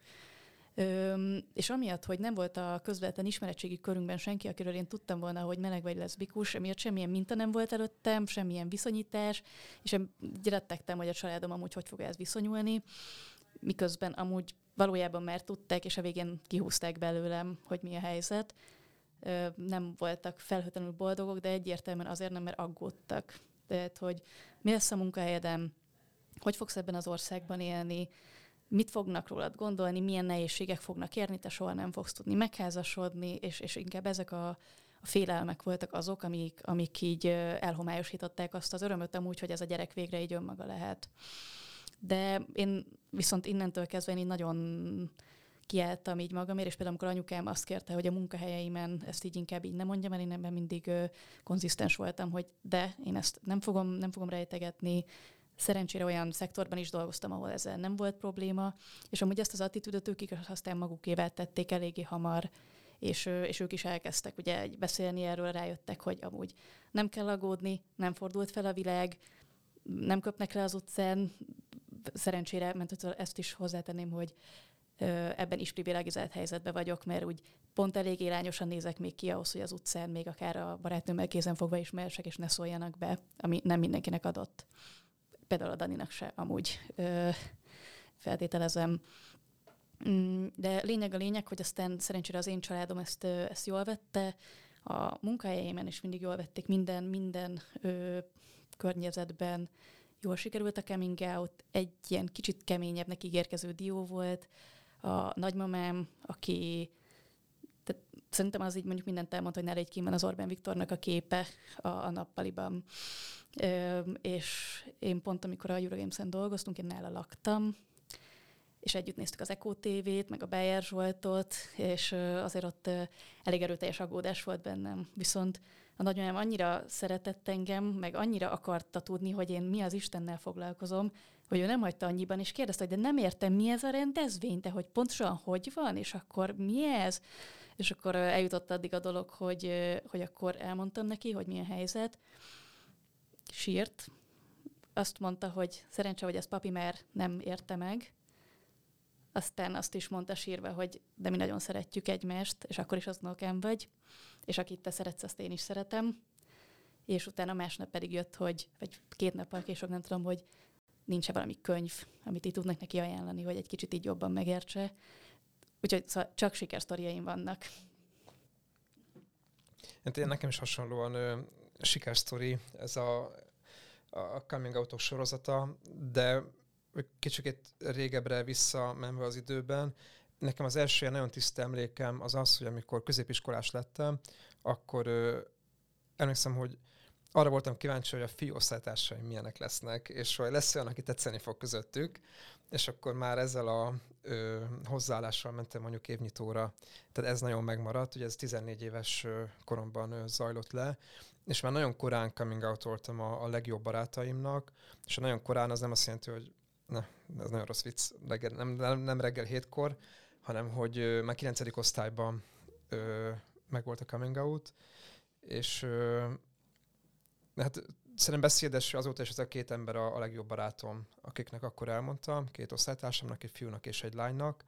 És amiatt, hogy nem volt a közvetlen ismeretségi körünkben senki, akiről én tudtam volna, hogy meleg vagy leszbikus, emiatt semmilyen minta nem volt előttem, semmilyen viszonyítás, és rettegtem, hogy a családom amúgy hogy fog ez viszonyulni, miközben amúgy valójában már tudták, és a végén kihúzták belőlem, hogy mi a helyzet. Nem voltak felhőtlenül boldogok, de egyértelműen azért nem, mert aggódtak. Tehát, hogy mi lesz a munkahelyedem, hogy fogsz ebben az országban élni, mit fognak rólad gondolni, milyen nehézségek fognak érni, te soha nem fogsz tudni megházasodni, és inkább ezek a félelmek voltak azok, amik így elhomályosították azt az örömöt amúgy, hogy ez a gyerek végre így önmaga lehet. De én viszont innentől kezdve én nagyon kiálltam így magamért, és például amikor anyukám azt kérte, hogy a munkahelyeimen ezt így inkább így nem mondjam, mert én ebben mindig konzisztens voltam, hogy de én ezt nem fogom rejtegetni. Szerencsére olyan szektorban is dolgoztam, ahol ezzel nem volt probléma, és amúgy ezt az attitűdöt ők aztán magukévá tették eléggé hamar, és ők is elkezdtek ugye beszélni erről, rájöttek, hogy amúgy nem kell aggódni, nem fordult fel a világ, nem köpnek le az utcán. Szerencsére, mert ezt is hozzátenném, hogy ebben is privilegizált helyzetben vagyok, mert úgy pont elég irányosan nézek még ki ahhoz, hogy az utcán még akár a barátnőmmel kézenfogva ismersek, és ne szóljanak be, ami nem mindenkinek adott. Például a Daninak se amúgy feltételezem. De lényeg, hogy aztán szerencsére az én családom ezt jól vette. a munkahelyemen is mindig jól vették, minden környezetben jól sikerült a coming out, egy ilyen kicsit keményebbnek ígérkező dió volt. A nagymamám, aki szerintem az így mondjuk mindent elmond, hogy ne légy kíván az Orbán Viktornak a képe a nappaliban. És én pont, amikor a Eurogames-en dolgoztunk, én nála laktam, és együtt néztük az Eko TV-t, meg a Beyer Zsoltot, és azért ott elég erőteljes aggódás volt bennem. Viszont a nagymamám annyira szeretett engem, meg annyira akarta tudni, hogy én mi az Istennel foglalkozom, hogy ő nem hagyta annyiban, és kérdezte, hogy de nem értem, mi ez a rendezvény, de hogy pontosan hogy van, és akkor mi ez? És akkor eljutott addig a dolog, hogy akkor elmondtam neki, hogy mi a helyzet. Sírt. Azt mondta, hogy szerencse, hogy ezt papi már nem érte meg. Aztán azt is mondta sírva, hogy de mi nagyon szeretjük egymást, és akkor is az unokám vagy, és akit te szeretsz, azt én is szeretem. És utána másnap pedig jött, vagy 2 nappal később, nem tudom, hogy nincs-e valami könyv, amit így tudnak neki ajánlani, hogy egy kicsit így jobban megértse. Úgyhogy szóval csak sikersztoriaim vannak. Nekem is hasonlóan sikersztori ez a coming out-ok sorozata, de kicsit régebbre visszamenve az időben, nekem az első ilyen nagyon tiszta emlékem az az, hogy amikor középiskolás lettem, akkor emlékszem, hogy arra voltam kíváncsi, hogy a fiúosztálytársaim milyenek lesznek, és hogy lesz olyan, aki tetszeni fog közöttük, és akkor már ezzel a hozzáállással mentem mondjuk évnyitóra. Tehát ez nagyon megmaradt, ugye ez 14 éves koromban zajlott le, és már nagyon korán coming out-oltam a legjobb barátaimnak, és a nagyon korán az nem azt jelenti, hogy ez nagyon rossz vicc, nem reggel 7-kor, hanem hogy már 9. osztályban meg volt a coming out, és hát szerintem beszédes azóta is ez a 2 ember a legjobb barátom, akiknek akkor elmondtam, 2 osztálytársamnak, egy fiúnak és egy lánynak,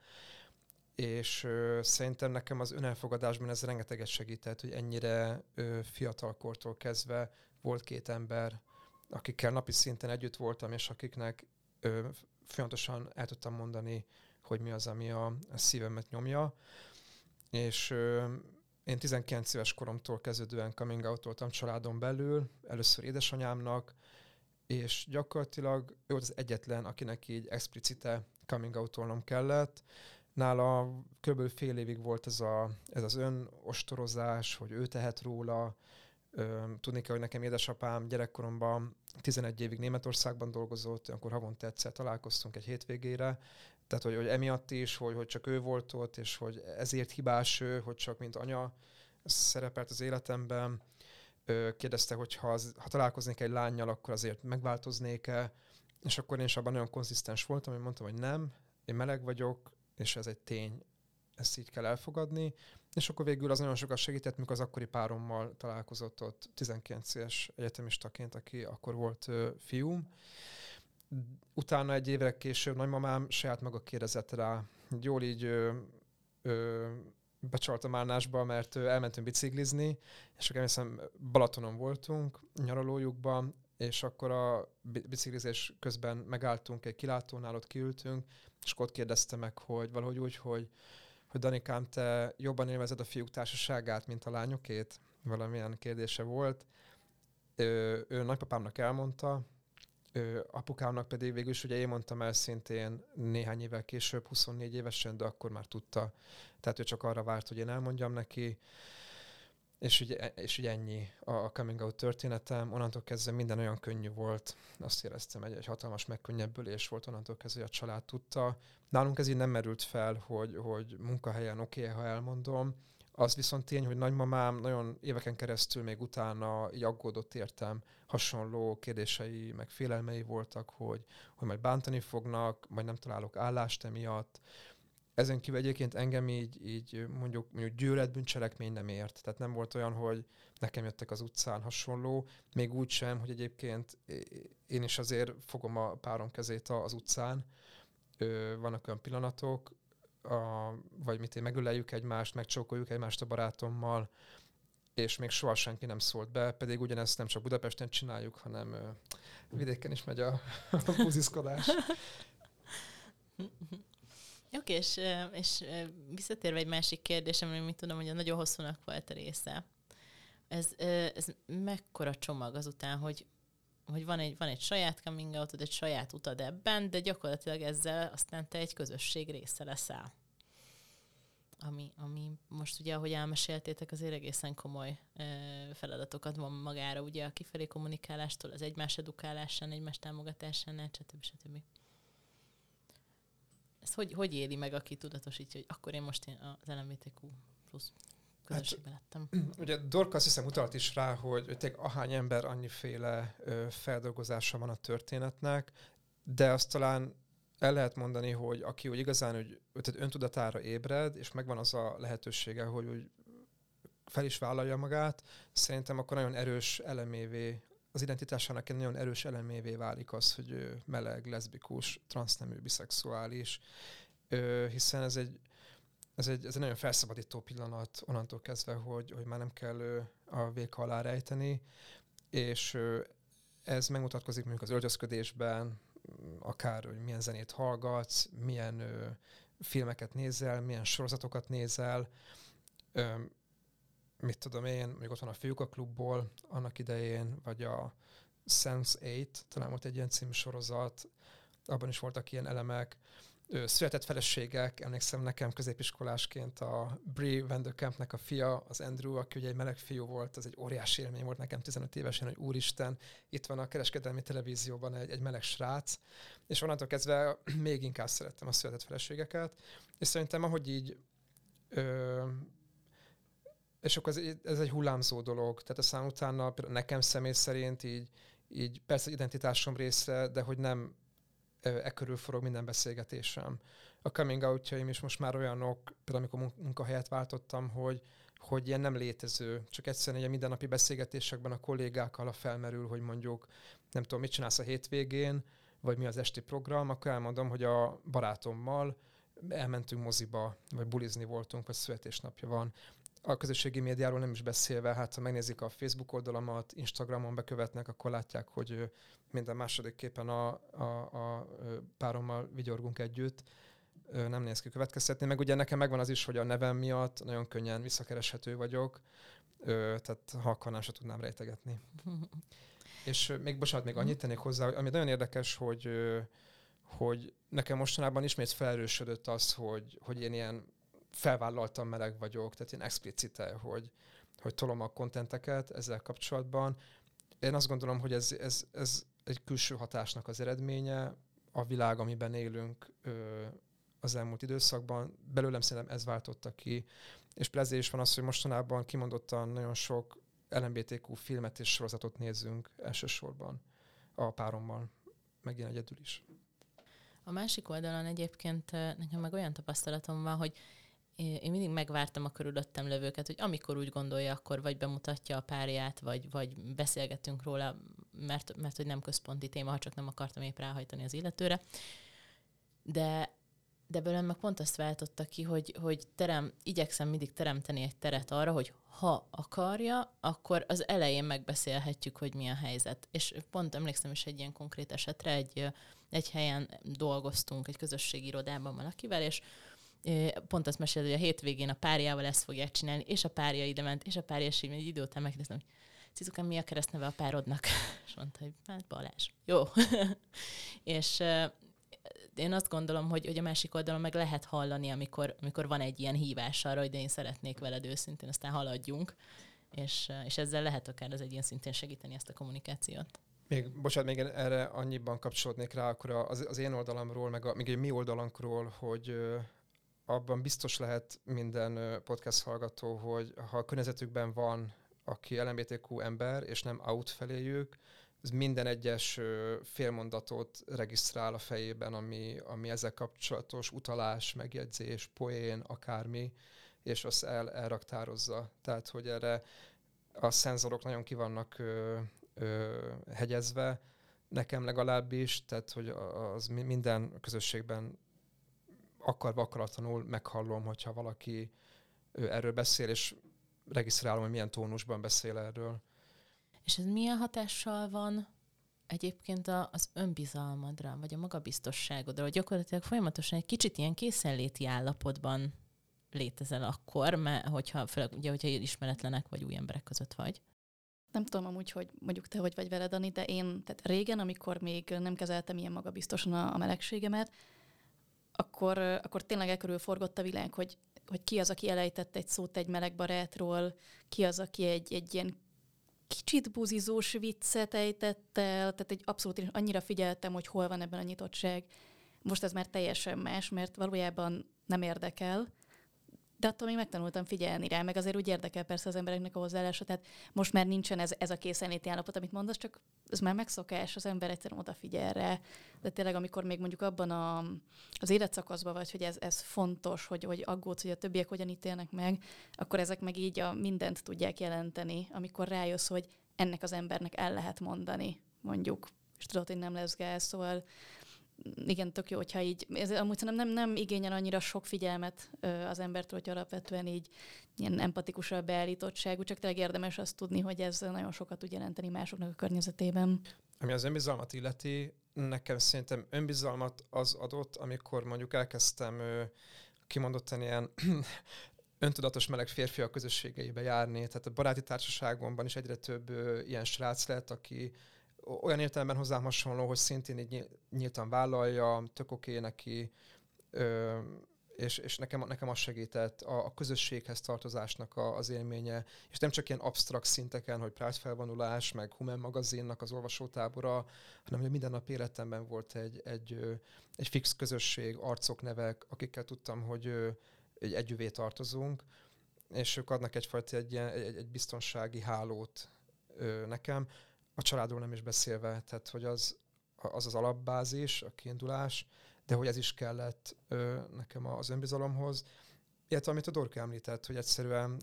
és szerintem nekem az önelfogadásban ez rengeteget segített, hogy ennyire fiatalkortól kezdve volt 2 ember, akikkel napi szinten együtt voltam, és akiknek folyamatosan el tudtam mondani, hogy mi az, ami a szívemet nyomja. És én 19 éves koromtól kezdődően coming out-oltam családon belül, először édesanyámnak, és gyakorlatilag ő volt az egyetlen, akinek így explicite coming out-olnom kellett. Nála kb. Fél évig volt ez az önostorozás, hogy ő tehet róla. Tudni kell, hogy nekem édesapám gyerekkoromban 11 évig Németországban dolgozott, akkor havonta egyszer találkoztunk egy hétvégére, tehát hogy emiatt is, hogy csak ő volt ott, és hogy ezért hibás ő, hogy csak mint anya szerepelt az életemben. Kérdezte, hogy ha találkoznék egy lánnyal, akkor azért megváltoznék-e, és akkor én is abban nagyon konzisztens voltam, hogy mondtam, hogy nem, én meleg vagyok, és ez egy tény, ezt így kell elfogadni. És akkor végül az nagyon sokat segített, mikor az akkori párommal találkozott ott 19 éves egyetemistaként, aki akkor volt fiúm. Utána egy évre később nagymamám saját maga kérdezett rá, jól így becsalt a Márnásba, mert elmentünk biciklizni, és akkor emlékszem Balatonon voltunk, nyaralójukban, és akkor a biciklizés közben megálltunk egy kilátónál, ott kiültünk, és ott kérdezte meg, hogy valahogy úgy, hogy Danikám, te jobban élvezed a fiúk társaságát, mint a lányokét? Valamilyen kérdése volt. Ő nagypapámnak elmondta, apukámnak pedig végül is ugye én mondtam el szintén néhány évvel később, 24 évesen, de akkor már tudta. Tehát ő csak arra várt, hogy én elmondjam neki. És ugye ennyi a coming out történetem. Onnantól kezdve minden olyan könnyű volt. Azt éreztem, egy hatalmas megkönnyebbülés volt onnantól kezdve, hogy a család tudta. Nálunk ez így nem merült fel, hogy munkahelyen oké, ha elmondom. Az viszont tény, hogy nagymamám nagyon éveken keresztül még utána így aggódott értem. Hasonló kérdései, meg félelmei voltak, hogy majd bántani fognak, majd nem találok állást emiatt. Ezen kívül egyébként engem így mondjuk gyűlöletbűncselekmény nem ért. Tehát nem volt olyan, hogy nekem jöttek az utcán hasonló, még úgy sem, hogy egyébként én is azért fogom a párom kezét az utcán. Vannak olyan pillanatok, vagy megöleljük egymást, megcsókoljuk egymást a barátommal, és még soha senki nem szólt be, pedig ugyanezt nem csak Budapesten csináljuk, hanem vidéken is megy a buziszkodás. Oké, és visszatérve egy másik kérdésem, ami tudom, hogy a nagyon hosszúnak volt a része. ez mekkora csomag azután, hogy van egy saját coming outod, egy saját utad ebben, de gyakorlatilag ezzel aztán te egy közösség része leszel. Ami most ugye, ahogy elmeséltétek, azért egészen komoly feladatokat van magára, ugye a kifelé kommunikálástól, az egymás edukálásán, egymás támogatásán, stb. Ez hogy éli meg, aki tudatosítja, hogy akkor én most az LMBTQ plusz közösségben lettem? Ugye Dorka azt hiszem utalt is rá, hogy tényleg ahány ember, annyiféle feldolgozása van a történetnek, de azt talán el lehet mondani, hogy aki úgy igazán hogy öntudatára ébred, és megvan az a lehetősége, hogy úgy fel is vállalja magát, szerintem akkor nagyon erős elemévé, az identitásának egy nagyon erős elemévé válik az, hogy ő meleg, leszbikus, transznemű, biszexuális, hiszen ez egy nagyon felszabadító pillanat onnantól kezdve, hogy már nem kell a véka alá rejteni, és ez megmutatkozik mondjuk az öltözködésben, akár, hogy milyen zenét hallgatsz, milyen filmeket nézel, milyen sorozatokat nézel, mit tudom én, mondjuk ott van a Fiúk a klubból annak idején, vagy a Sense8, talán volt egy ilyen című sorozat, abban is voltak ilyen elemek, született feleségek, emlékszem nekem középiskolásként a Brie Vanderkampnek a fia, az Andrew, aki ugye egy meleg fiú volt, az egy óriási élmény volt nekem 15 évesen, hogy úristen, itt van a kereskedelmi televízióban egy meleg srác, és onnantól kezdve még inkább szerettem a született feleségeket, és szerintem ahogy így és akkor ez egy hullámzó dolog, tehát aztán utána nekem személy szerint így persze identitásom része, de hogy nem körül forog minden beszélgetésem. A coming outjaim is most már olyanok, például amikor munkahelyet váltottam, hogy ilyen nem létező. Csak egyszerűen egy mindennapi beszélgetésekben a kollégákkal, felmerül, hogy mondjuk nem tudom, mit csinálsz a hétvégén, vagy mi az esti program, akkor elmondom, hogy a barátommal elmentünk moziba, vagy bulizni voltunk, vagy születésnapja van. A közösségi médiáról nem is beszélve, hát ha megnézik a Facebook oldalamat, Instagramon bekövetnek, akkor látják, hogy minden második képen a párommal vigyorgunk együtt. Nem néz ki következtetni. Meg ugye nekem megvan az is, hogy a nevem miatt nagyon könnyen visszakereshető vagyok, tehát ha akarnám, se tudnám rejtegetni. És még annyit tennék hozzá, ami nagyon érdekes, hogy nekem mostanában ismét felerősödött az, hogy én ilyen felvállaltam meleg vagyok, tehát én explicite, hogy tolom a kontenteket ezzel kapcsolatban. Én azt gondolom, hogy ez egy külső hatásnak az eredménye, a világ, amiben élünk az elmúlt időszakban. Belőlem szerintem ez váltotta ki, és ezért is van az, hogy mostanában kimondottan nagyon sok LMBTQ filmet és sorozatot nézzünk elsősorban a párommal, meg én egyedül is. A másik oldalon egyébként nekem meg olyan tapasztalatom van, hogy én mindig megvártam a körülöttem levőket, hogy amikor úgy gondolja, akkor vagy bemutatja a párját, vagy beszélgetünk róla, mert hogy nem központi téma, ha csak nem akartam épp ráhajtani az illetőre. De belőlem meg pont azt váltotta ki, hogy igyekszem mindig teremteni egy teret arra, hogy ha akarja, akkor az elején megbeszélhetjük, hogy mi a helyzet. És pont emlékszem is egy ilyen konkrét esetre, egy helyen dolgoztunk egy közösségi irodában valakivel, és pont azt mesélt, hogy a hétvégén a párjával ezt fogják csinálni, és a párja ide ment, és a párja is így egy idő után megkérdeztem, hogy Cicukám, mi a keresztneve a párodnak? És mondta, hogy hát Balázs. Jó. És én azt gondolom, hogy a másik oldalon meg lehet hallani, amikor van egy ilyen hívás arra, hogy én szeretnék veled őszintén, aztán haladjunk, és ezzel lehet akár az egyén szintén segíteni ezt a kommunikációt. Még erre annyiban kapcsolódnék rá, akkor az én oldalamról, meg még egy mi oldalunkról, hogy abban biztos lehet minden podcast hallgató, hogy ha a környezetükben van, aki LMBTQ ember, és nem out feléjük, ez minden egyes félmondatot regisztrál a fejében, ami ezzel kapcsolatos utalás, megjegyzés, poén, akármi, és azt elraktározza. Tehát, hogy erre a szenzorok nagyon ki vannak hegyezve, nekem legalábbis, tehát, hogy az minden közösségben akarva akaratlanul meghallom, hogyha valaki erről beszél, és regisztrálom, hogy milyen tónusban beszél erről. És ez milyen hatással van egyébként az önbizalmadra, vagy a magabiztosságodra, hogy gyakorlatilag folyamatosan egy kicsit ilyen készenléti állapotban létezel akkor, mert főleg ugye, hogyha ismeretlenek vagy új emberek között vagy. Nem tudom amúgy, hogy mondjuk te hogy vagy vele, Dani, de én, tehát régen, amikor még nem kezeltem ilyen magabiztosan a melegségemet, akkor tényleg elkörül forgott a világ, hogy ki az, aki elejtett egy szót egy meleg barátról, ki az, aki egy ilyen kicsit buzizós viccet ejtett el, tehát abszolút én annyira figyeltem, hogy hol van ebben a nyitottság. Most ez már teljesen más, mert valójában nem érdekel, de attól még megtanultam figyelni rá, meg azért úgy érdekel persze az embereknek a hozzáállása, tehát most már nincsen ez a készenléti állapot, amit mondasz, csak ez már megszokás, az ember egyszerűen odafigyel rá. De tényleg, amikor még mondjuk abban az életszakaszban vagy, hogy ez fontos, hogy aggódsz, hogy a többiek hogyan ítélnek meg, akkor ezek meg így mindent tudják jelenteni, amikor rájössz, hogy ennek az embernek el lehet mondani, mondjuk, és tudod, hogy nem lesz gáz, szóval igen, tök jó, hogyha így, ez amúgy szerintem nem igényel annyira sok figyelmet az embertől, hogy alapvetően így ilyen empatikusabb beállítottságú, csak tényleg érdemes azt tudni, hogy ez nagyon sokat tud jelenteni másoknak a környezetében. Ami az önbizalmat illeti, nekem szerintem önbizalmat az adott, amikor mondjuk elkezdtem kimondottan ilyen öntudatos meleg férfiak közösségeibe járni, tehát a baráti társaságomban is egyre több ilyen srác lett, aki olyan értelemben hozzám hasonló, hogy szintén így nyíltan vállalja, tök oké neki, és nekem az segített a közösséghez tartozásnak az élménye, és nem csak ilyen absztrakt szinteken, hogy Pride felvonulás, meg Human magazinnak az olvasótábora, hanem hogy minden nap életemben volt egy fix közösség, arcok, nevek, akikkel tudtam, hogy együvé tartozunk, és ők adnak egyfajta egy biztonsági hálót nekem, a családról nem is beszélve, tehát hogy az alapbázis, a kiindulás, de hogy ez is kellett nekem az önbizalomhoz. Illetve amit a Dorka említett, hogy egyszerűen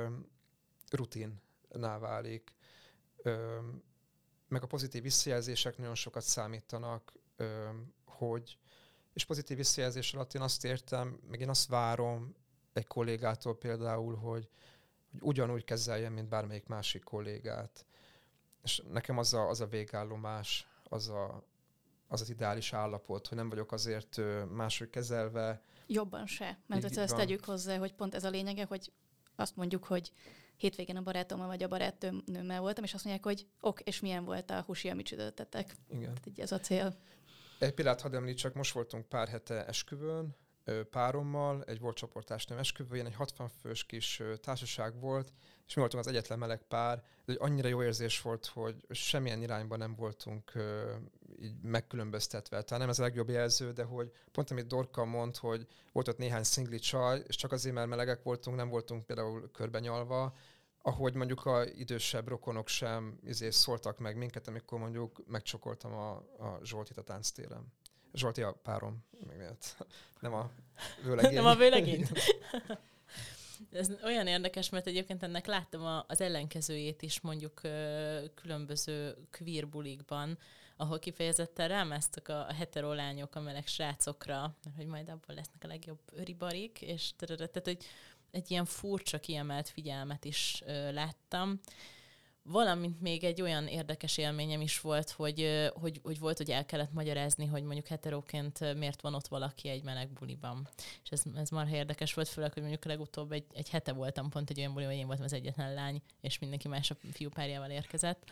rutinná válik. Meg a pozitív visszajelzések nagyon sokat számítanak, és pozitív visszajelzés alatt én azt értem, meg én azt várom egy kollégától például, hogy ugyanúgy kezeljen, mint bármelyik másik kollégát. És nekem az a végállomás, az ideális állapot, hogy nem vagyok azért máshogy kezelve. Jobban se. Mert ezt tegyük hozzá, hogy pont ez a lényege, hogy azt mondjuk, hogy hétvégén a barátommal vagy a barátnőmmel voltam, és azt mondják, hogy és milyen volt a húsi, amit sütöttetek. Igen. Tehát így ez a cél. Egy pillanat, hadd említsek, most voltunk pár hete esküvőn, párommal, egy volt csoportásnőm esküvőjén, egy 60 fős kis társaság volt, és mi voltunk az egyetlen meleg pár, de annyira jó érzés volt, hogy semmilyen irányban nem voltunk így megkülönböztetve. Tehát nem ez a legjobb jelző, de hogy pont amit Dorka mond, hogy volt ott néhány szingli csaj, és csak azért, mert melegek voltunk, nem voltunk például körbenyalva, ahogy mondjuk a idősebb rokonok sem szóltak meg minket, amikor mondjuk megcsokoltam a Zsoltit a tánctéren. Zsolti a párom, nem a vőlegény. Nem a vőlegény. Ez olyan érdekes, mert egyébként ennek láttam az ellenkezőjét is mondjuk különböző queer bulikban, ahol kifejezetten rámásztak a hetero lányok a meleg srácokra, hogy majd abból lesznek a legjobb öribarik, és tehát, hogy egy ilyen furcsa kiemelt figyelmet is láttam. Valamint még egy olyan érdekes élményem is volt, hogy volt, hogy el kellett magyarázni, hogy mondjuk heteróként miért van ott valaki egy meleg buliban. És ez marha érdekes volt, főleg, hogy mondjuk legutóbb egy hete voltam pont egy olyan buliban, hogy én voltam az egyetlen lány, és mindenki más a fiúpárjával érkezett.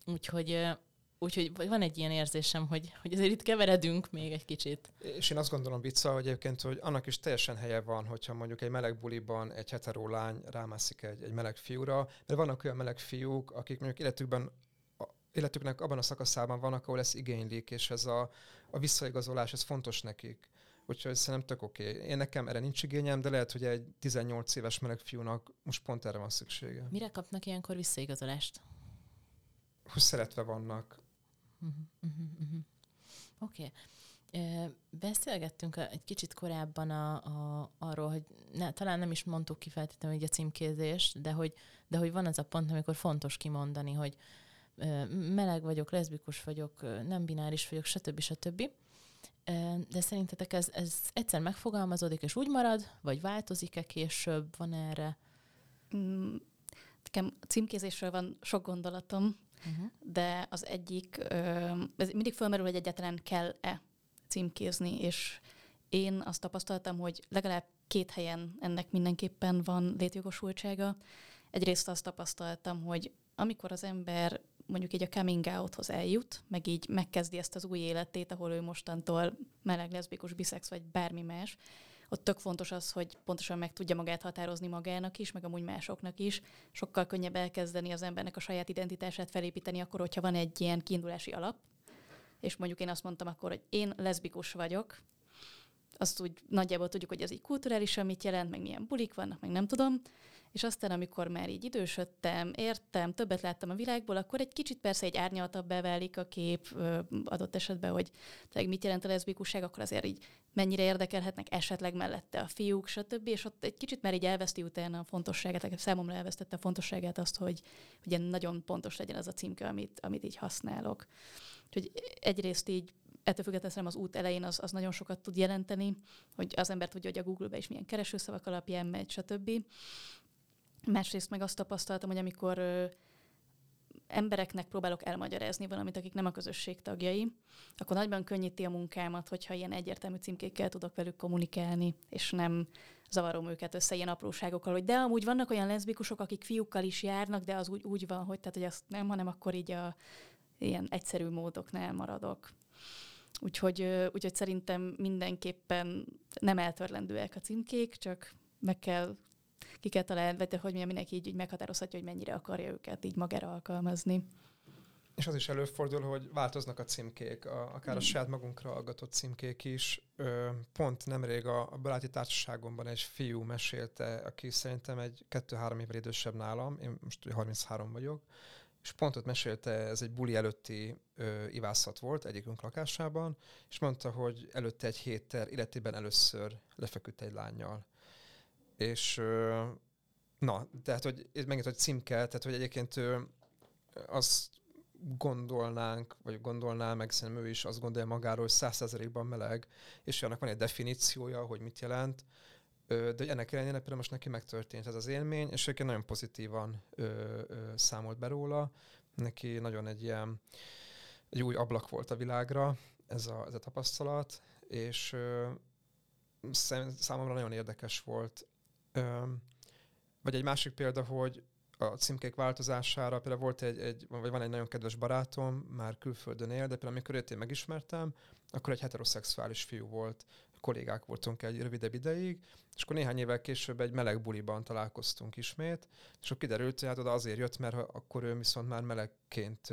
Úgyhogy van egy ilyen érzésem, hogy azért itt keveredünk még egy kicsit. És én azt gondolom vicca, hogy egyébként, hogy annak is teljesen helye van, hogyha mondjuk egy meleg buliban egy hetero lány rámászik egy meleg fiúra, mert vannak olyan meleg fiúk, akik mondjuk életüknek abban a szakaszában vannak, ahol ezt igénylik, és ez a visszaigazolás, ez fontos nekik. Úgyhogy szerintem tök oké. Én nekem erre nincs igényem, de lehet, hogy egy 18 éves meleg fiúnak most pont erre van szüksége. Mire kapnak ilyenkor visszaigazolást? Hogy szeretve vannak. Oké. Beszélgettünk egy kicsit korábban arról, hogy talán nem is mondtuk ki feltétlenül így a címkézést, de hogy van az a pont, amikor fontos kimondani, hogy meleg vagyok, leszbikus vagyok, nem bináris vagyok, stb. De szerintetek ez egyszer megfogalmazódik, és úgy marad, vagy változik-e később? Van erre? Nekem címkézésről van sok gondolatom, de az egyik, ez mindig felmerül, hogy egyáltalán kell-e címkézni, és én azt tapasztaltam, hogy legalább 2 helyen ennek mindenképpen van létjogosultsága. Egyrészt azt tapasztaltam, hogy amikor az ember mondjuk így a coming outhoz eljut, meg így megkezdi ezt az új életét, ahol ő mostantól meleg, leszbikus, biszex vagy bármi más, ott tök fontos az, hogy pontosan meg tudja magát határozni magának is, meg amúgy másoknak is. Sokkal könnyebb elkezdeni az embernek a saját identitását felépíteni akkor, hogyha van egy ilyen kiindulási alap. És mondjuk én azt mondtam akkor, hogy én leszbikus vagyok. Azt úgy nagyjából tudjuk, hogy ez így kulturálisan mit jelent, meg milyen bulik vannak, meg nem tudom. És aztán, amikor már így idősödtem, értem, többet láttam a világból, akkor egy kicsit persze egy árnyaltabbá válik a kép adott esetben, hogy mit jelent a leszbikusság, akkor azért így mennyire érdekelhetnek esetleg mellette a fiúk, stb. És ott egy kicsit már így elveszti utána a fontosságát, számomra elvesztette a fontosságát azt, hogy ilyen nagyon pontos legyen az a címke, amit így használok. Úgyhogy egyrészt így ettől függetlenül az út elején az nagyon sokat tud jelenteni, hogy az ember tudja, hogy a Google-be is milyen keresőszavak alapján megy, stb. Másrészt meg azt tapasztaltam, hogy amikor embereknek próbálok elmagyarázni valamit, akik nem a közösség tagjai, akkor nagyban könnyíti a munkámat, hogyha ilyen egyértelmű címkékkel tudok velük kommunikálni, és nem zavarom őket össze ilyen apróságokkal, hogy de amúgy vannak olyan leszbikusok, akik fiúkkal is járnak, de az úgy van, hogy, tehát, hogy azt nem, hanem akkor így ilyen egyszerű módoknál maradok. Úgyhogy szerintem mindenképpen nem eltörlendőek a címkék, csak ki kell találni, vagy hogy mindenki így meghatározhatja, hogy mennyire akarja őket így magára alkalmazni. És az is előfordul, hogy változnak a címkék, akár a saját magunkra hallgatott címkék is. Pont nemrég a baráti társaságomban egy fiú mesélte, aki szerintem egy 2-3 évvel idősebb nálam, én most 33 vagyok, és pont ott mesélte, ez egy buli előtti ivászat volt egyikünk lakásában, és mondta, hogy előtte egy héttel életében először lefeküdt egy lánnyal. És tehát, hogy megint, hogy címke, tehát, hogy egyébként azt gondolnánk, vagy gondolná, meg szerintem ő is azt gondolja magáról, hogy 100%-ban meleg, és annak van egy definíciója, hogy mit jelent, de hogy ennek ellenére például most neki megtörtént ez az élmény, és egyébként nagyon pozitívan számolt be róla. Neki nagyon egy új ablak volt a világra ez a tapasztalat, és számomra nagyon érdekes volt. Vagy egy másik példa, hogy a címkék változására például volt vagy van egy nagyon kedves barátom, már külföldön él, de például amikor őt én megismertem, akkor egy heteroszexuális fiú volt, kollégák voltunk egy rövidebb ideig, és akkor néhány évvel később egy meleg buliban találkoztunk ismét, és akkor kiderült, hogy hát oda azért jött, mert akkor ő viszont már melegként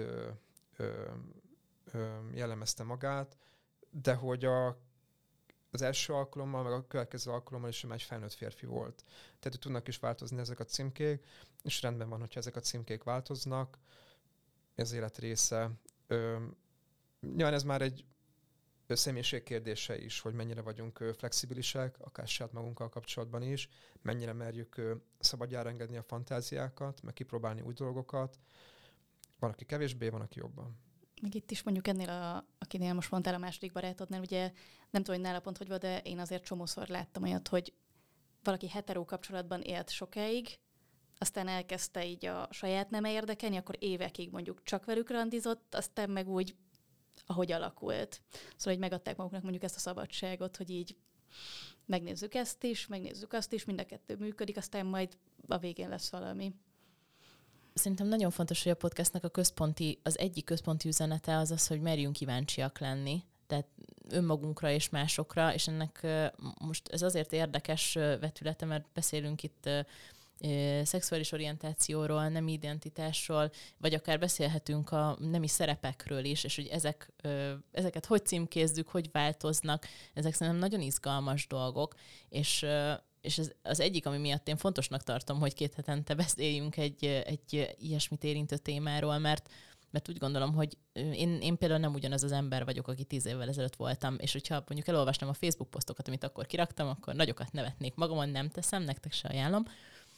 jellemezte magát, de hogy az első alkalommal, meg a következő alkalommal is már egy felnőtt férfi volt. Tehát, hogy tudnak is változni ezek a címkék, és rendben van, hogyha ezek a címkék változnak, ez élet része. Nyilván ez már egy személyiség kérdése is, hogy mennyire vagyunk flexibilisek, akár saját magunkkal kapcsolatban is, mennyire merjük szabadjára engedni a fantáziákat, meg kipróbálni új dolgokat. Van, aki kevésbé, van, aki jobban. Meg itt is mondjuk ennél, akinél most mondtál a második barátodnál, ugye nem tudom, hogy nála pont hogy van, de én azért csomószor láttam olyat, hogy valaki hetero kapcsolatban élt sokáig, aztán elkezdte így a saját neme érdekelni, akkor évekig mondjuk csak velük randizott, aztán meg úgy, ahogy alakult. Szóval, hogy megadták maguknak mondjuk ezt a szabadságot, hogy így megnézzük ezt is, megnézzük azt is, mind a kettő működik, aztán majd a végén lesz valami. Szerintem nagyon fontos, hogy a podcastnak az egyik központi üzenete az, hogy merjünk kíváncsiak lenni, tehát önmagunkra és másokra, és ennek most ez azért érdekes vetülete, mert beszélünk itt szexuális orientációról, nemi identitásról, vagy akár beszélhetünk a nemi szerepekről is, és hogy ezeket hogy címkézzük, hogy változnak, ezek szerintem nagyon izgalmas dolgok, és ez az egyik, ami miatt én fontosnak tartom, hogy 2 hetente beszéljünk egy ilyesmit érintő témáról, mert úgy gondolom, hogy én például nem ugyanaz az ember vagyok, aki 10 évvel ezelőtt voltam, és hogyha mondjuk elolvastam a Facebook posztokat, amit akkor kiraktam, akkor nagyokat nevetnék magamon, nem teszem, nektek se ajánlom.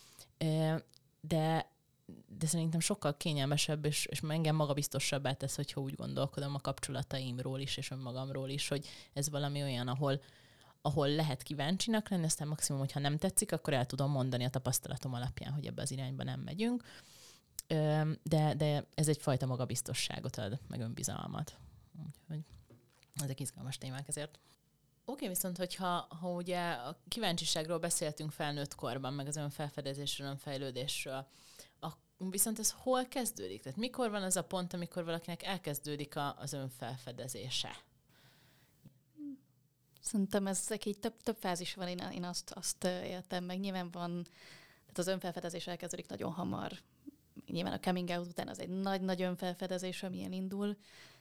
De szerintem sokkal kényelmesebb, és engem magabiztosabbá tesz, hogyha úgy gondolkodom a kapcsolataimról is, és önmagamról is, hogy ez valami olyan, ahol lehet kíváncsinak lenni, aztán maximum, hogyha nem tetszik, akkor el tudom mondani a tapasztalatom alapján, hogy ebbe az irányba nem megyünk. De ez egyfajta magabiztosságot ad, meg önbizalmat. Úgyhogy ezek izgalmas témák ezért. Oké, viszont ha ugye a kíváncsiságról beszéltünk felnőtt korban, meg az önfelfedezésről, önfejlődésről, viszont ez hol kezdődik? Tehát mikor van az a pont, amikor valakinek elkezdődik az önfelfedezése? Szerintem ezek így több fázis van, én azt éltem meg. Nyilván van, tehát az önfelfedezés elkezdődik nagyon hamar. Nyilván a coming out után az egy nagy önfelfedezés, amilyen indul.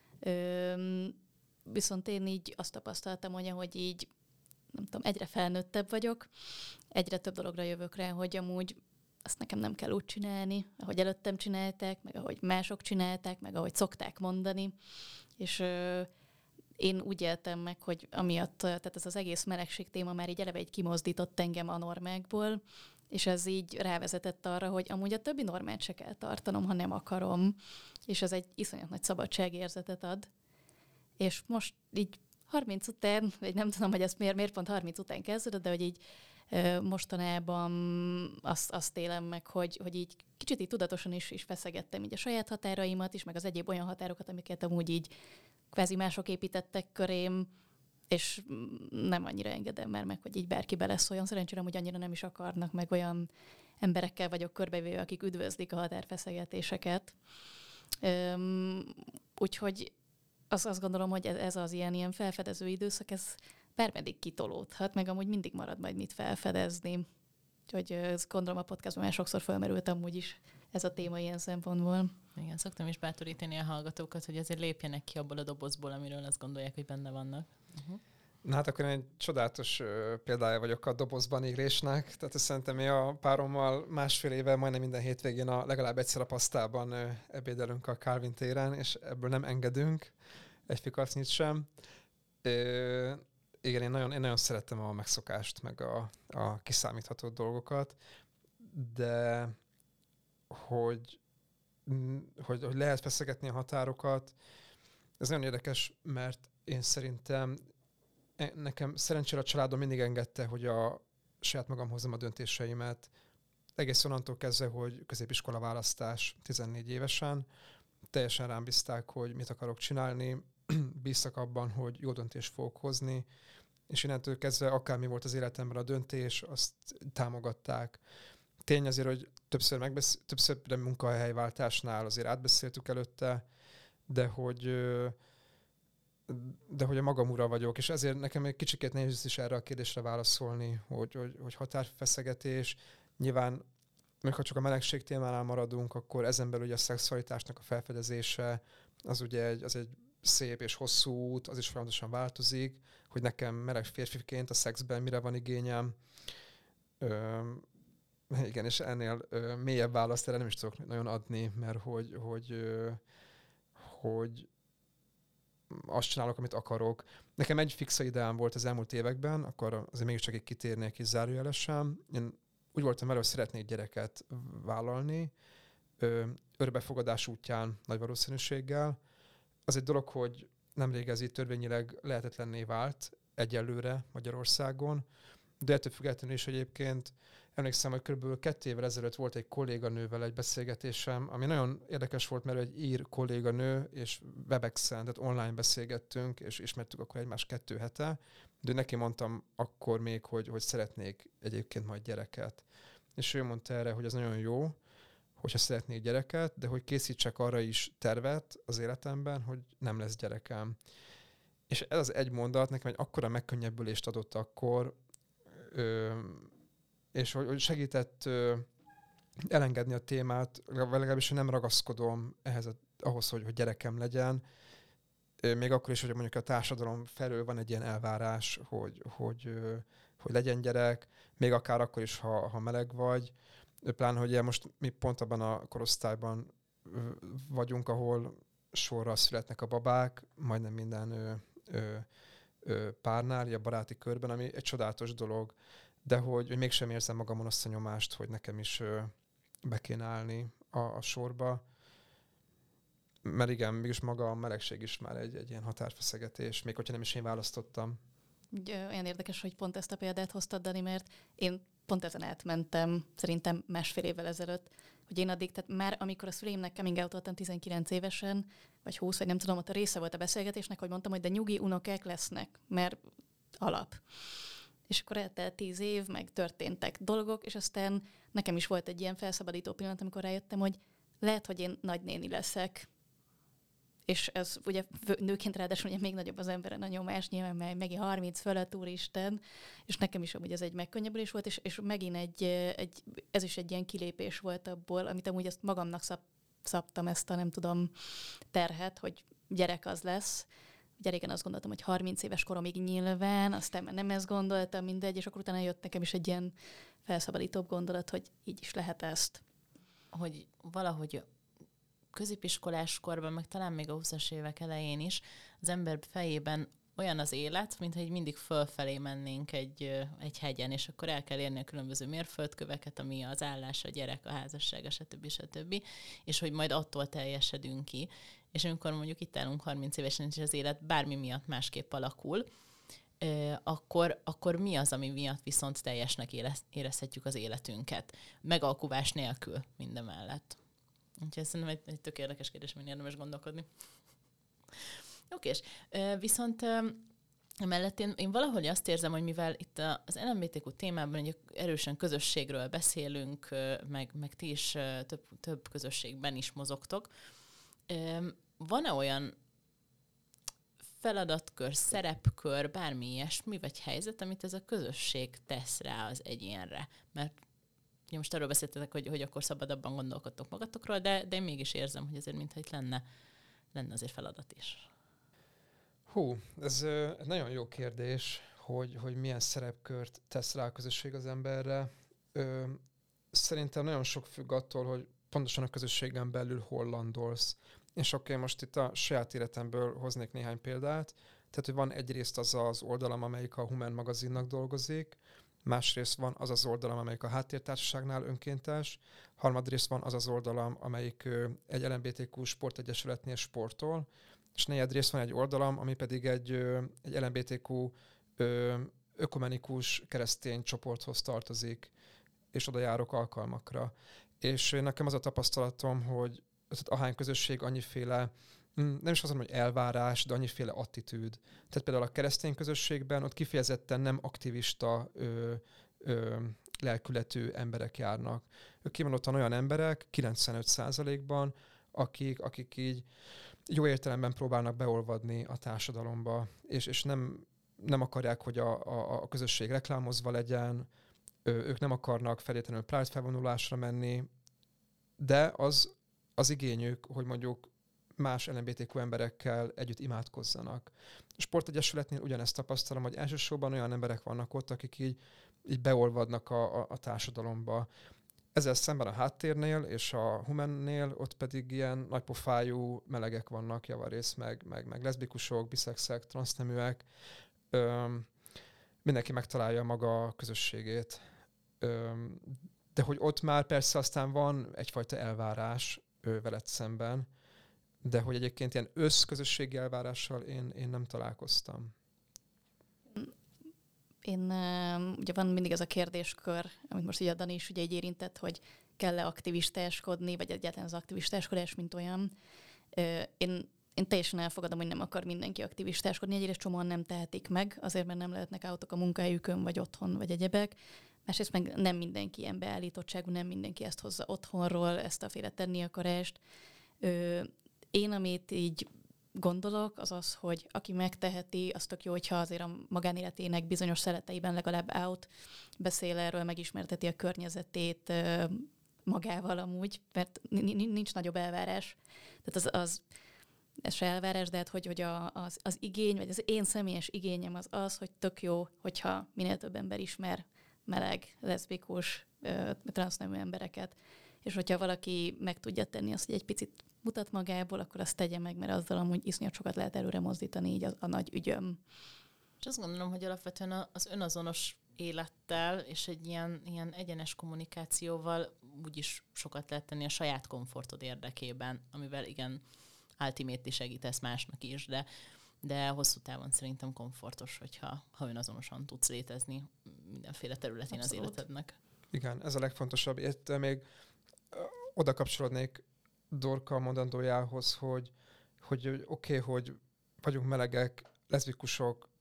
Viszont én így azt tapasztaltam, hogy így, nem tudom, egyre felnőttebb vagyok, egyre több dologra jövök rá, hogy amúgy azt nekem nem kell úgy csinálni, ahogy előttem csinálták, meg ahogy mások csinálták, meg ahogy szokták mondani. És én úgy éltem meg, hogy amiatt, tehát ez az egész melegség téma már így eleve így kimozdított engem a normákból, és ez így rávezetett arra, hogy amúgy a többi normát se kell tartanom, ha nem akarom, és ez egy iszonyat nagy szabadságérzetet ad. És most így 30 után, vagy nem tudom, hogy ez miért pont 30 után kezdődött, de hogy így mostanában azt élem meg, hogy így kicsit így tudatosan is feszegettem így a saját határaimat is, meg az egyéb olyan határokat, amiket amúgy így kvázi mások építettek körém, és nem annyira engedem már meg, hogy így bárki beleszóljon. Szerencsére, hogy annyira nem is akarnak, meg olyan emberekkel vagyok körbevéve, akik üdvözlik a határfeszegetéseket. Úgyhogy azt gondolom, hogy ez az ilyen felfedező időszak, ez bármeddig kitolódhat, meg amúgy mindig marad majd mit felfedezni. Úgyhogy ezt gondolom a podcastban már sokszor felmerült amúgy is ez a téma ilyen szempontból. Igen, szoktam is bátorítani a hallgatókat, hogy azért lépjenek ki abból a dobozból, amiről azt gondolják, hogy benne vannak. Na hát akkor egy csodálatos példája vagyok a dobozban írésnek. Tehát szerintem mi a párommal másfél éve majdnem minden hétvégén legalább egyszer a pasztában ebédelünk a Calvin téren, és ebből nem engedünk egy fikacnyit sem. Igen, én nagyon szerettem a megszokást, meg a kiszámítható dolgokat, de hogy lehet feszegetni a határokat, ez nagyon érdekes, mert én szerintem nekem szerencsére a családom mindig engedte, hogy a saját magam hozzam a döntéseimet. Egész onnantól kezdve, hogy középiskola választás 14 évesen, teljesen rám bízták, hogy mit akarok csinálni, bíztak abban, hogy jó döntést fogok hozni, és innentől kezdve akármi volt az életemben a döntés, azt támogatták. Tény azért, hogy többször munkahelyváltásnál azért átbeszéltük előtte, de hogy a magam ura vagyok, és ezért nekem egy kicsikét nehéz is erre a kérdésre válaszolni, hogy határfeszegetés. Nyilván, ha csak a melegség témánál maradunk, akkor ezen belül ugye a szexualitásnak a felfedezése, az ugye az egy szép és hosszú út, az is folyamatosan változik, hogy nekem meleg férfiként a szexben mire van igényem. Igen, és ennél mélyebb választ erre nem is tudok nagyon adni, mert hogy azt csinálok, amit akarok. Nekem egy fixa ideám volt az elmúlt években, akkor azért mégiscsak egy kitérnék is zárójelesen. Én úgy voltam vele, hogy szeretnék gyereket vállalni, örökbefogadás útján nagy valószínűséggel. Az egy dolog, hogy nemrég ez így törvényileg lehetetlenné vált egyelőre Magyarországon, de ettől függetlenül is egyébként emlékszem, hogy kb. 2 évvel ezelőtt volt egy kolléganővel egy beszélgetésem, ami nagyon érdekes volt, mert egy ír kolléganő, és Webexen, tehát online beszélgettünk, és ismertük akkor egymást 2 hete, de neki mondtam akkor még, hogy szeretnék egyébként majd gyereket. És ő mondta erre, hogy ez nagyon jó, hogyha szeretnék gyereket, de hogy készítsek arra is tervet az életemben, hogy nem lesz gyerekem. És ez az egy mondat nekem egy akkora megkönnyebbülést adott akkor, és hogy segített elengedni a témát, legalábbis nem ragaszkodom ahhoz, hogy gyerekem legyen. Még akkor is, hogy mondjuk a társadalom felől van egy ilyen elvárás, hogy legyen gyerek, még akár akkor is, ha meleg vagy. Pláne, hogy most mi pont abban a korosztályban vagyunk, ahol sorra születnek a babák, majdnem minden párnál, a baráti körben, ami egy csodálatos dolog, de hogy mégsem érzem magamon azt a nyomást, hogy nekem is be kéne állni a sorba. Mert igen, mégis maga a melegség is már egy ilyen határfeszegetés, még hogyha nem is én választottam. Olyan érdekes, hogy pont ezt a példát hoztad, Dani, mert én pont ezen átmentem, szerintem 1,5 évvel ezelőtt, hogy én addig, tehát már amikor a szüleimnek coming out voltam 19 évesen, vagy 20, vagy nem tudom, ott a része volt a beszélgetésnek, hogy mondtam, hogy de nyugi unokák lesznek, mert alap. És akkor eltelt 10 év, meg történtek dolgok, és aztán nekem is volt egy ilyen felszabadító pillanat, amikor rájöttem, hogy lehet, hogy én nagynéni leszek. És ez ugye nőként ráadásul ugye még nagyobb az emberen a nyomás, nyilván mert megint 30 fölött, úristen, és nekem is amúgy ez egy megkönnyebbülés volt, és megint ez is egy ilyen kilépés volt abból, amit amúgy ezt magamnak szabtam ezt a nem tudom terhet, hogy gyerek az lesz. Ugye régen azt gondoltam, hogy 30 éves koromig nyilván, aztán már nem ezt gondoltam, mindegy, és akkor utána jött nekem is egy ilyen felszabadítóbb gondolat, hogy így is lehet ezt. Hogy valahogy középiskolás korban, meg talán még a 20-as évek elején is az ember fejében olyan az élet, mintha így mindig fölfelé mennénk egy hegyen, és akkor el kell érni a különböző mérföldköveket, ami az állás, a gyerek, a házasság, stb. És hogy majd attól teljesedünk ki. És amikor mondjuk itt állunk 30 évesen, és az élet bármi miatt másképp alakul, akkor mi az, ami miatt viszont teljesnek érezhetjük az életünket? Megalkuvás nélkül mindemellett. Úgyhogy szerintem egy tök érdekes kérdés, amin érdemes gondolkodni. Oké, viszont emellett én valahogy azt érzem, hogy mivel itt az LMBTQ témában ugye erősen közösségről beszélünk, meg ti is több közösségben is mozogtok, van-e olyan feladatkör, szerepkör, bármi ilyesmi, vagy helyzet, amit ez a közösség tesz rá az egyénre? Mert ugye most arról beszéltetek, hogy akkor szabadabban gondolkodtok magatokról, de én mégis érzem, hogy azért mintha itt lenne azért feladat is. Ez egy nagyon jó kérdés, hogy milyen szerepkört tesz rá a közösség az emberre. Szerintem nagyon sok függ attól, hogy pontosan a közösségen belül hol landolsz. És most itt a saját életemből hoznék néhány példát. Tehát, hogy van egyrészt az oldalam, amelyik a Human magazinnak dolgozik, másrészt van az oldalam, amelyik a Háttértársaságnál önkéntes, harmadrészt van az oldalam, amelyik egy LMBTQ sportegyesületnél sportol, és negyedrészt van egy oldalam, ami pedig egy LMBTQ ökumenikus keresztény csoporthoz tartozik, és oda járok alkalmakra. És nekem az a tapasztalatom, hogy ahány közösség, annyiféle, nem is azt mondom, hogy elvárás, de annyiféle attitűd. Tehát például a keresztény közösségben ott kifejezetten nem aktivista lelkületű emberek járnak. Ők kimondottan olyan emberek, 95%-ban, akik így jó értelemben próbálnak beolvadni a társadalomba, és nem akarják, hogy a közösség reklámozva legyen, ők nem akarnak feltétlenül Pride felvonulásra menni, de az igényük, hogy mondjuk más LMBTQ emberekkel együtt imádkozzanak. A sportegyesületnél ugyanezt tapasztalom, hogy elsősorban olyan emberek vannak ott, akik így beolvadnak a társadalomba. Ezzel szemben a Háttérnél és a Humannél ott pedig ilyen nagypofájú melegek vannak javarészt, meg leszbikusok, biszexek, transzneműek. Mindenki megtalálja maga közösségét. De hogy ott már persze aztán van egyfajta elvárás veled szemben, de hogy egyébként ilyen összközösségi elvárással én nem találkoztam. Ugye van mindig ez a kérdéskör, amit most ugye Dani is ugye így érintett, hogy kell-e aktivistáskodni, vagy egyáltalán az aktivistáskodás, mint olyan. Én teljesen elfogadom, hogy nem akar mindenki aktivistáskodni, egyrészt csomóan nem tehetik meg, azért mert nem lehetnek autók a munkahelyükön, vagy otthon, vagy egyebek. Másrészt meg nem mindenki ilyen beállítottságú, nem mindenki ezt hozza otthonról, ezt a féle tenni akarást. Én, amit így gondolok, az az, hogy aki megteheti, az tök jó, hogyha azért a magánéletének bizonyos szeleteiben legalább beszél erről, megismerteti a környezetét magával amúgy, mert nincs nagyobb elvárás. Tehát ez se elvárás, de hát, hogy az igény, vagy az én személyes igényem az, hogy tök jó, hogyha minél több ember ismer meleg, leszbikus, transznemű embereket. És hogyha valaki meg tudja tenni azt, hogy egy picit mutat magából, akkor azt tegye meg, mert azzal amúgy iszonyat sokat lehet előre mozdítani így a nagy ügyöm. És azt gondolom, hogy alapvetően az önazonos élettel és egy ilyen egyenes kommunikációval úgyis sokat lehet tenni a saját komfortod érdekében, amivel igen, ultimate segítesz másnak is, de hosszú távon szerintem komfortos, hogyha önazonosan tudsz létezni mindenféle területén Abszolút. Az életednek. Igen, ez a legfontosabb. Itt még oda kapcsolódnék Dorka mondandójához, hogy oké, hogy vagyunk melegek, leszbikusok,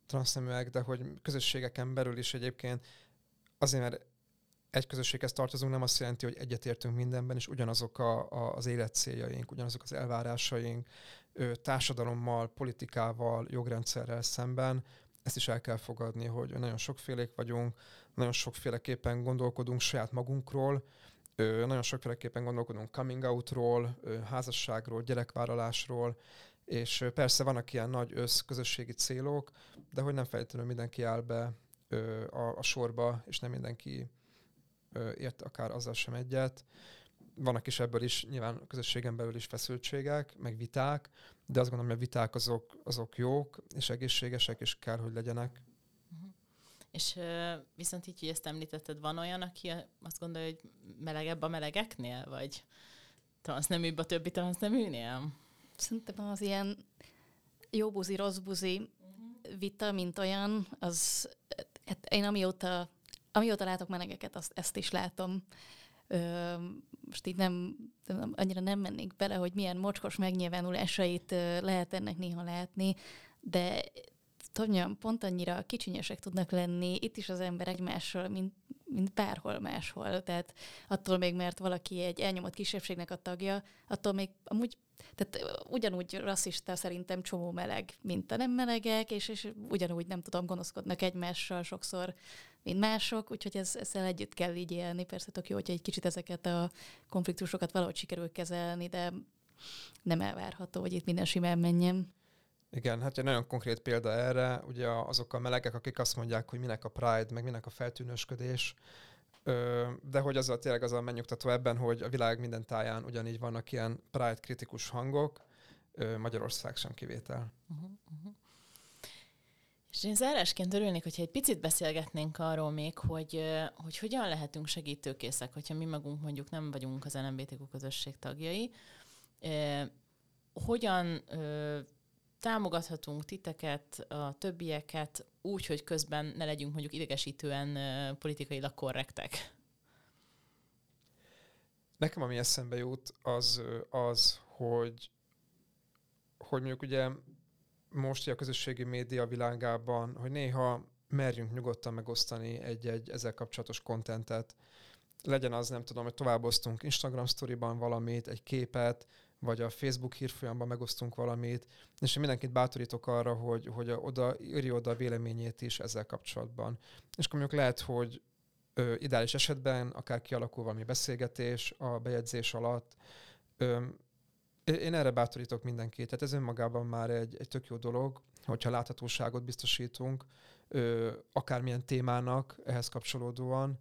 transzneműek, de hogy közösségeken belül is egyébként azért, mert egy közösséghez tartozunk, nem azt jelenti, hogy egyetértünk mindenben, és ugyanazok az életcéljaink, ugyanazok az elvárásaink társadalommal, politikával, jogrendszerrel szemben. Ezt is el kell fogadni, hogy nagyon sokfélék vagyunk, nagyon sokféleképpen gondolkodunk saját magunkról, nagyon sokféleképpen gondolkodunk coming outról, házasságról, gyerekvállalásról, és persze vannak ilyen nagy közösségi célok, de hogy nem feltétlenül mindenki áll be a sorba, és nem mindenki ért akár azzal sem egyet. Vannak is ebből is, nyilván a közösségen belül is feszültségek, meg viták, de azt gondolom, hogy a viták azok jók, és egészségesek, és kell, hogy legyenek. És viszont így, hogy ezt említetted, van olyan, aki azt gondolja, hogy melegebb a melegeknél, vagy transzneműbb a többi transzneműnél? Szerintem az ilyen jó buzi, rossz buzi vita, mint olyan, az hát én amióta látok melegeket, ezt is látom. Most így annyira nem mennék bele, hogy milyen mocskos megnyilvánulásait lehet ennek néha látni, de tudom, pont annyira kicsinyesek tudnak lenni itt is az ember egymással, mint bárhol máshol. Tehát attól még, mert valaki egy elnyomott kisebbségnek a tagja, attól még amúgy, tehát ugyanúgy rasszista szerintem csomó meleg, mint a nem melegek, és ugyanúgy nem tudom, gonoszkodnak egymással sokszor, mint mások, úgyhogy ezzel együtt kell így élni. Persze tök jó, hogyha egy kicsit ezeket a konfliktusokat valahogy sikerül kezelni, de nem elvárható, hogy itt minden simán menjen. Igen, hát egy nagyon konkrét példa erre, ugye azok a melegek, akik azt mondják, hogy minek a Pride, meg minek a feltűnősködés, de hogy tényleg az a megnyugtató ebben, hogy a világ minden táján ugyanígy vannak ilyen Pride kritikus hangok, Magyarország sem kivétel. És én zárásként örülnék, hogyha egy picit beszélgetnénk arról még, hogy hogyan lehetünk segítőkészek, hogyha mi magunk mondjuk nem vagyunk az LMBTQ közösség tagjai. Hogyan támogathatunk titeket, a többieket úgy, hogy közben ne legyünk mondjuk idegesítően politikailag korrektek? Nekem ami eszembe jut, az hogy mondjuk ugye most a közösségi média világában, hogy néha merjünk nyugodtan megosztani egy ezzel kapcsolatos kontentet. Legyen az, nem tudom, hogy továbbosztunk Instagram sztoriban valamit, egy képet, vagy a Facebook hírfolyamban megosztunk valamit, és én mindenkit bátorítok arra, hogy írja oda a véleményét is ezzel kapcsolatban. És akkor mondjuk lehet, hogy ideális esetben akár kialakul valami beszélgetés a bejegyzés alatt. Én erre bátorítok mindenkit. Tehát ez önmagában már egy tök jó dolog, hogyha láthatóságot biztosítunk akármilyen témának ehhez kapcsolódóan.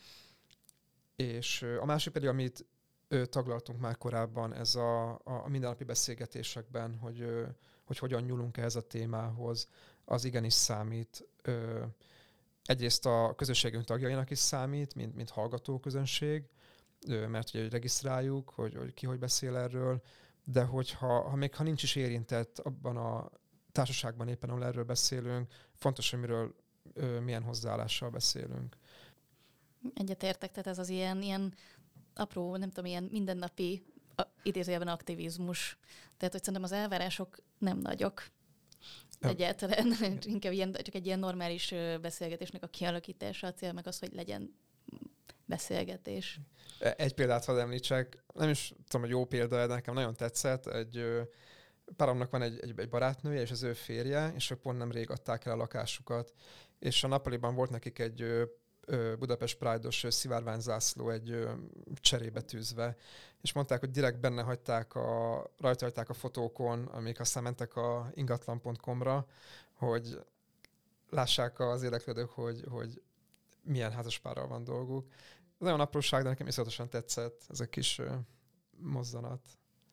És a másik pedig, amit taglaltunk már korábban, ez a mindennapi beszélgetésekben, hogy hogyan nyúlunk ehhez a témához, az igenis számít. Egyrészt a közösségünk tagjainak is számít, mint hallgatóközönség, mert ugye regisztráljuk, hogy ki hogy beszél erről, de hogyha még ha nincs is érintett abban a társaságban éppen, ahol erről beszélünk, fontos, hogy milyen hozzáállással beszélünk. Egyetértek, tehát ez az ilyen apró, nem tudom, ilyen mindennapi idézőjelben aktivizmus. Tehát, hogy szerintem az elvárások nem nagyok. Egyáltalán, inkább csak egy ilyen normális beszélgetésnek a kialakítása, a cél meg az, hogy legyen beszélgetés. Egy példát hadd említsek, nem is tudom, hogy jó példa, de nekem nagyon tetszett. Egy páromnak van egy barátnője, és az ő férje, és ők pont nemrég adták el a lakásukat. És a nappaliban volt nekik egy Budapest Pride-os szivárványzászló egy cserébe tűzve, és mondták, hogy direkt benne rajta hagyták a fotókon, amik aztán mentek a ingatlan.com-ra, hogy lássák az érdeklődők, hogy milyen házaspárral van dolguk. Ez nagyon apróság, de nekem iszonyatosan tetszett ez a kis mozzanat.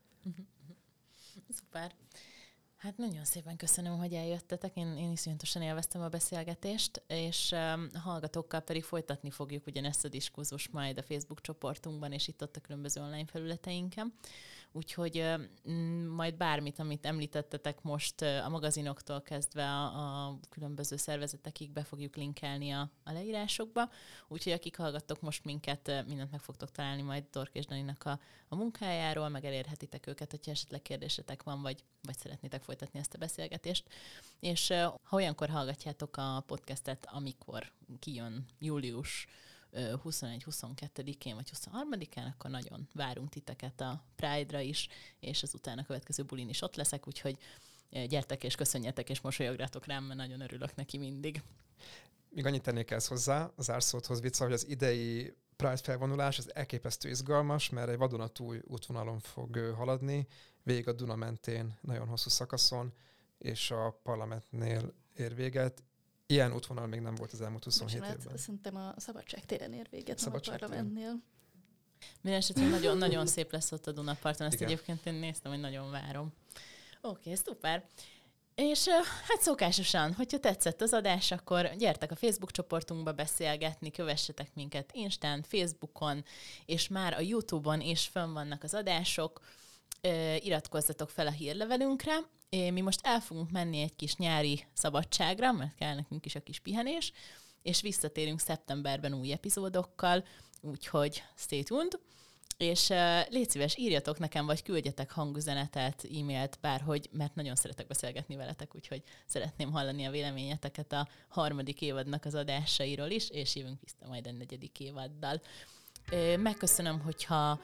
Szuper. Hát nagyon szépen köszönöm, hogy eljöttetek. Én iszonyatosan élveztem a beszélgetést, és a hallgatókkal pedig folytatni fogjuk ugyanezt a diskurzust majd a Facebook csoportunkban, és itt ott a különböző online felületeinken. úgyhogy majd bármit, amit említettetek most a magazinoktól kezdve a különböző szervezetekig be fogjuk linkelni a leírásokba, úgyhogy akik hallgattok most minket, mindent meg fogtok találni majd Dork és Daninak a munkájáról, meg elérhetitek őket, hogyha esetleg kérdésetek van, vagy szeretnétek folytatni ezt a beszélgetést. És ha olyankor hallgatjátok a podcastet, amikor kijön július 21-22-én vagy 23-án, akkor nagyon várunk titeket a Pride-ra is, és az utána következő bulin is ott leszek, úgyhogy gyertek és köszönjetek, és mosolyográtok rám, mert nagyon örülök neki mindig. Még annyit tennék ezt hozzá, az árszóthoz vicca, hogy az idei Pride felvonulás az elképesztő izgalmas, mert egy vadonatúj útvonalon fog haladni, végig a Duna mentén, nagyon hosszú szakaszon, és a parlamentnél ér véget. Ilyen útvonal még nem volt az elmúlt 27 évben. Szerintem a Szabadság téren ér véget, a parlamentnél. Mindenesetre nagyon-nagyon szép lesz ott a Dunaparton, ezt egyébként én néztem, hogy nagyon várom. Oké, szuper. És hát szokásosan, hogyha tetszett az adás, akkor gyertek a Facebook csoportunkba beszélgetni, kövessetek minket Instán, Facebookon, és már a YouTube-on is fönn vannak az adások. Iratkozzatok fel a hírlevelünkre. Mi most el fogunk menni egy kis nyári szabadságra, mert kell nekünk is a kis pihenés, és visszatérünk szeptemberben új epizódokkal, úgyhogy stay tuned. És légy szíves, írjatok nekem, vagy küldjetek hangüzenetet, e-mailt, bárhogy, mert nagyon szeretek beszélgetni veletek, úgyhogy szeretném hallani a véleményeteket a 3. évadnak az adásairól is, és jövünk vissza majd a 4. évaddal. Megköszönöm, hogyha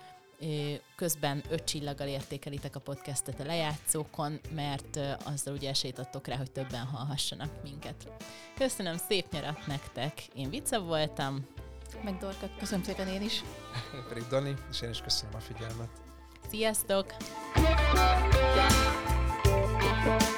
közben 5 csillaggal értékelitek a podcastet a lejátszókon, mert azzal ugye esélyt adtok rá, hogy többen hallhassanak minket. Köszönöm, szép nyarat nektek! Én Vica voltam. Meg Dorka, köszönöm szépen én is. Én pedig Dani, és én is köszönöm a figyelmet. Sziasztok!